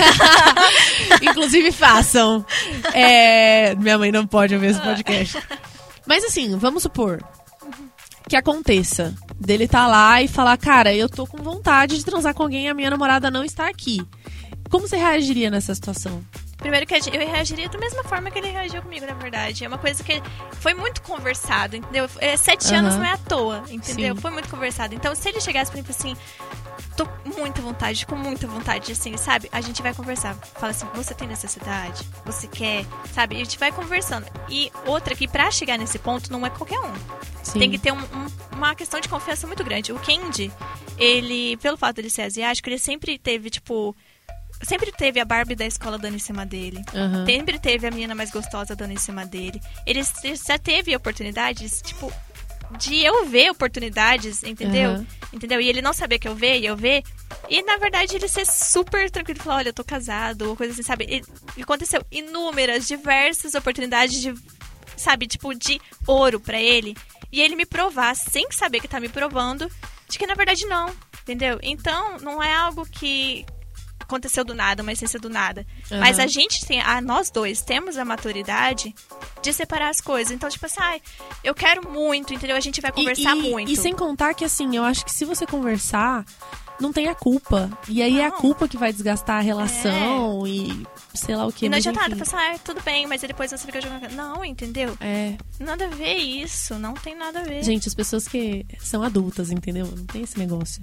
Inclusive façam. É, minha mãe não pode ouvir esse podcast. Mas assim, vamos supor que aconteça dele tá lá e falar, cara, eu tô com vontade de transar com alguém e a minha namorada não está aqui. Como você reagiria nessa situação? Primeiro que eu reagiria da mesma forma que ele reagiu comigo, na verdade. É uma coisa que foi muito conversado, entendeu? É, sete Uhum. anos não é à toa, entendeu? Sim. Foi muito conversado. Então, se ele chegasse pra mim e falasse assim, tô com muita vontade, com muita vontade, assim, sabe? A gente vai conversar. Fala assim, você tem necessidade? Você quer? Sabe? E a gente vai conversando. E outra que pra chegar nesse ponto não é qualquer um. Sim. Tem que ter um, um, uma questão de confiança muito grande. O Kendi, ele, pelo fato dele ser asiático, ele sempre teve, tipo... Sempre teve a Barbie da escola dando em cima dele. Uhum. Sempre teve a menina mais gostosa dando em cima dele. Ele já teve oportunidades, tipo, de eu ver oportunidades, entendeu? Uhum. Entendeu? E ele não saber que eu ver e eu ver. E, na verdade, ele ser super tranquilo. Falar, olha, eu tô casado, ou coisa assim, sabe? E aconteceu inúmeras, diversas oportunidades de, sabe, tipo, de ouro pra ele. E ele me provar, sem saber que tá me provando, de que, na verdade, não. Entendeu? Então, não é algo que... aconteceu do nada, uma essência do nada. Uhum. Mas a gente tem, a, nós dois temos a maturidade de separar as coisas. Então, tipo assim, ah, eu quero muito, entendeu? A gente vai conversar e, e, muito. E sem contar que, assim, eu acho que se você conversar, não tem a culpa. E aí é a Não. culpa que vai desgastar a relação e sei lá o que. E não mas adianta nada, enfim. falar, ah, tudo bem, mas depois você fica jogando. Não, entendeu? É, Nada a ver isso, não tem nada a ver. gente, as pessoas que são adultas, entendeu? Não tem esse negócio.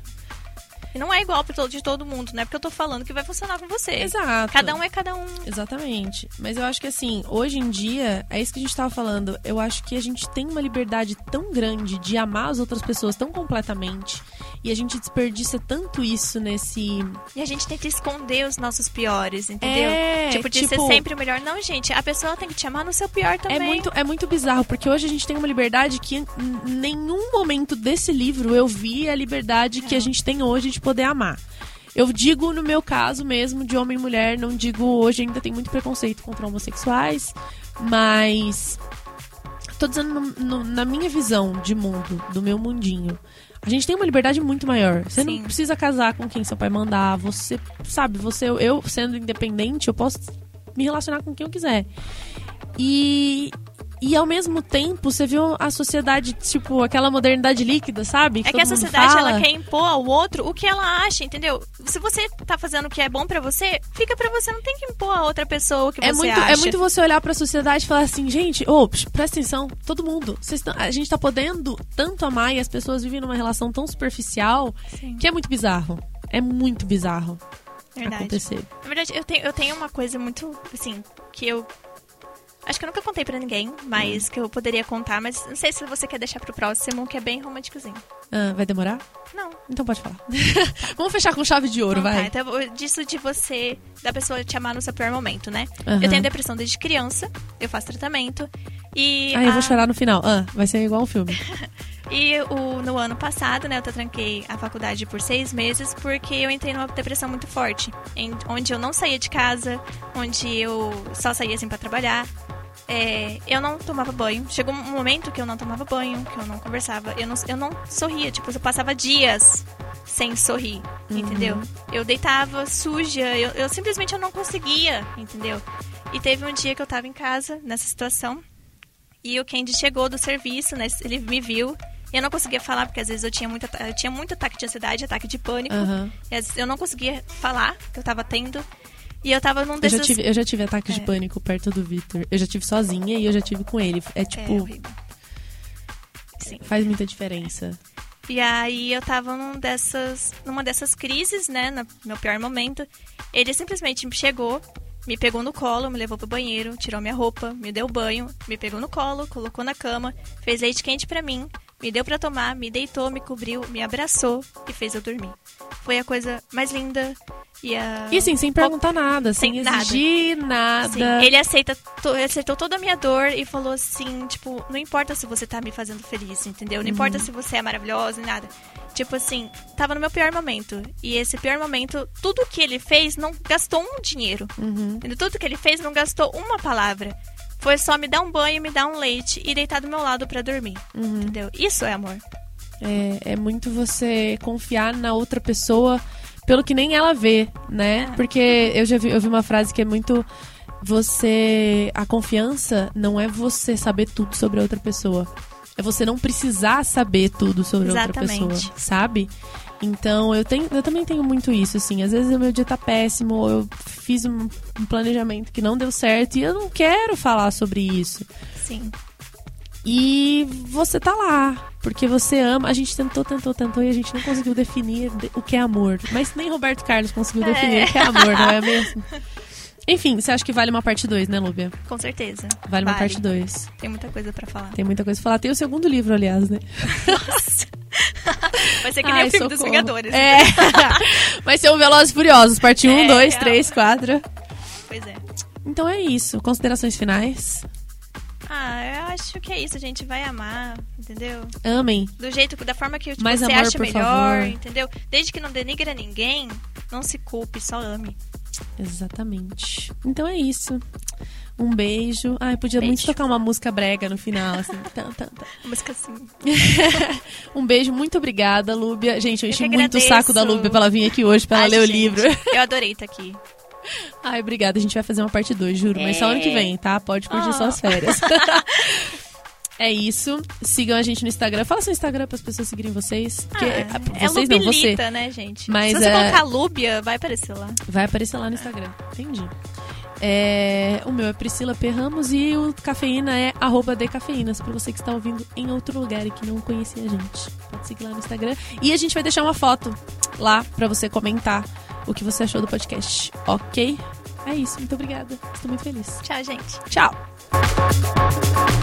E não é igual pra todo, de todo mundo, não é porque eu tô falando que vai funcionar com você. Exato. Cada um é cada um. Exatamente. Mas eu acho que assim, hoje em dia, é isso que a gente tava falando. Eu acho que a gente tem uma liberdade tão grande de amar as outras pessoas tão completamente. E a gente desperdiça tanto isso nesse... E a gente tenta esconder os nossos piores, entendeu? É, tipo, de tipo- ser sempre o melhor. Não, gente, a pessoa tem que te amar no seu pior também. É muito, é muito bizarro, porque hoje a gente tem uma liberdade que em nenhum momento desse livro eu vi a liberdade que a gente tem hoje de poder amar. Eu digo no meu caso mesmo, de homem e mulher, não digo hoje, ainda tem muito preconceito contra homossexuais, mas tô dizendo no- no- na minha visão de mundo, do meu mundinho. A gente tem uma liberdade muito maior. Você Sim. não precisa casar com quem seu pai mandar. Você, sabe, você, eu sendo independente, eu posso me relacionar com quem eu quiser. E, e ao mesmo tempo, você viu a sociedade, tipo, aquela modernidade líquida, sabe? É que todo a mundo sociedade, fala. ela quer impor ao outro o que ela acha, entendeu? Se você tá fazendo o que é bom pra você, fica pra você, não tem que impor a outra pessoa o que É você muito, acha. é muito você olhar pra sociedade e falar assim, gente, ô, psh, presta atenção, todo mundo. Vocês tão- a gente tá podendo tanto amar e as pessoas vivem numa relação tão superficial Sim. que é muito bizarro. É muito bizarro Verdade. acontecer. Na verdade, eu tenho, eu tenho uma coisa muito, assim, que eu... Acho que eu nunca contei pra ninguém, mas que eu poderia contar, mas não sei se você quer deixar pro próximo, que é bem românticozinho. Ah, vai demorar? Não. Então pode falar. Vamos fechar com chave de ouro, Então, vai. tá, então, eu- disso de você, da pessoa te amar no seu pior momento, né? Aham. Eu tenho depressão desde criança, eu faço tratamento, e... Ah, eu a- vou chorar no final. Ah, vai ser igual o filme. E o, no ano passado, né, eu tranquei a faculdade por seis meses porque eu entrei numa depressão muito forte, em- onde eu não saía de casa, onde eu só saía assim pra trabalhar. É, eu não tomava banho. Chegou um momento que eu não tomava banho, que eu não conversava, eu não, eu não sorria. Tipo, eu passava dias sem sorrir, entendeu? Eu deitava suja, eu, eu simplesmente eu não conseguia, entendeu? E teve um dia que eu tava em casa, nessa situação, e o Kendi chegou do serviço, né? Ele me viu. E eu não conseguia falar, porque às vezes eu tinha muito, ata- eu tinha muito ataque de ansiedade, ataque de pânico. Aham. E às vezes eu não conseguia falar que eu tava tendo. E eu tava num Eu desses... já, tive, eu já tive ataque de É. pânico perto do Victor. Eu já tive sozinha e eu já tive com ele. É É tipo, horrível. Sim. faz muita diferença. E aí eu tava num dessas, numa dessas crises, né? No meu pior momento. Ele simplesmente chegou, me pegou no colo, me levou pro banheiro, tirou minha roupa, me deu banho, me pegou no colo, colocou na cama, fez leite quente pra mim, me deu pra tomar, me deitou, me cobriu, me abraçou e fez eu dormir. Foi a coisa mais linda. E, a... E assim, sem perguntar nada, sem, Sem nada. exigir nada. Sim, ele aceita, to- ele aceitou toda a minha dor e falou assim, tipo, não importa se você tá me fazendo feliz, entendeu? Não importa se você é maravilhosa e nada. Tipo assim, tava no meu pior momento. E esse pior momento, tudo que ele fez não gastou um dinheiro. Uhum. Entendeu? Tudo que ele fez não gastou uma palavra. Foi só me dar um banho, me dar um leite e deitar do meu lado pra dormir. Uhum. Entendeu? Isso é amor. É, é muito você confiar na outra pessoa pelo que nem ela vê, né? É. Porque eu já vi, eu vi uma frase que é muito... Você... A confiança não é você saber tudo sobre a outra pessoa. É você não precisar saber tudo sobre a outra Exatamente. pessoa, sabe? Então, eu, tenho, eu também tenho muito isso, assim. Às vezes o meu dia tá péssimo, ou eu fiz um, um planejamento que não deu certo e eu não quero falar sobre isso. Sim. E você tá lá, porque você ama. A gente tentou, tentou, tentou e a gente não conseguiu definir o que é amor. Mas nem Roberto Carlos conseguiu É. definir o que é amor, não é mesmo? Enfim, você acha que vale uma parte dois, né, Lúbia? Com certeza. Vale uma parte dois. Tem muita coisa pra falar. Tem muita coisa pra falar. Tem o segundo livro, aliás, né? Nossa. Vai ser que nem Ai, o filme socorro. dos Vingadores. É. Vai ser o Velozes e Furiosos, parte um, É, dois, real. três, quatro. Pois é. Então é isso. Considerações finais? Ah, eu acho que é isso. A gente vai amar, entendeu? Amem. Do jeito, da forma que Mais você amor, acha por melhor, favor. entendeu? Desde que não denigra ninguém, não se culpe, só ame. Exatamente. Então é isso. Um beijo. Ai, podia Beijo. muito tocar uma música brega no final, assim. Tan, tan, tan. Música assim. Um beijo, muito obrigada, Lúbia. Gente, eu Eu enchi que muito o agradeço. saco da Lúbia pra ela vir aqui hoje, pra ela Ai, ler o gente, livro. Eu adorei estar aqui. Ai, obrigada. A gente vai fazer uma parte dois, juro. Mas só É. ano que vem, tá? Pode curtir Oh. suas férias. É isso. Sigam a gente no Instagram. Fala seu Instagram para as pessoas seguirem vocês. Porque Ah, é, é vocês não, você. Lubilita, né, gente? Mas Se você é- colocar Lúbia, vai aparecer lá. Vai aparecer lá no Instagram. Entendi. É, o meu é Priscila P. Ramos e o Cafeína é arroba decafeínas, pra você que está ouvindo em outro lugar e que não conhecia a gente. Pode seguir lá no Instagram. E a gente vai deixar uma foto lá pra você comentar o que você achou do podcast. Ok? É isso. Muito obrigada. Estou muito feliz. Tchau, gente. Tchau.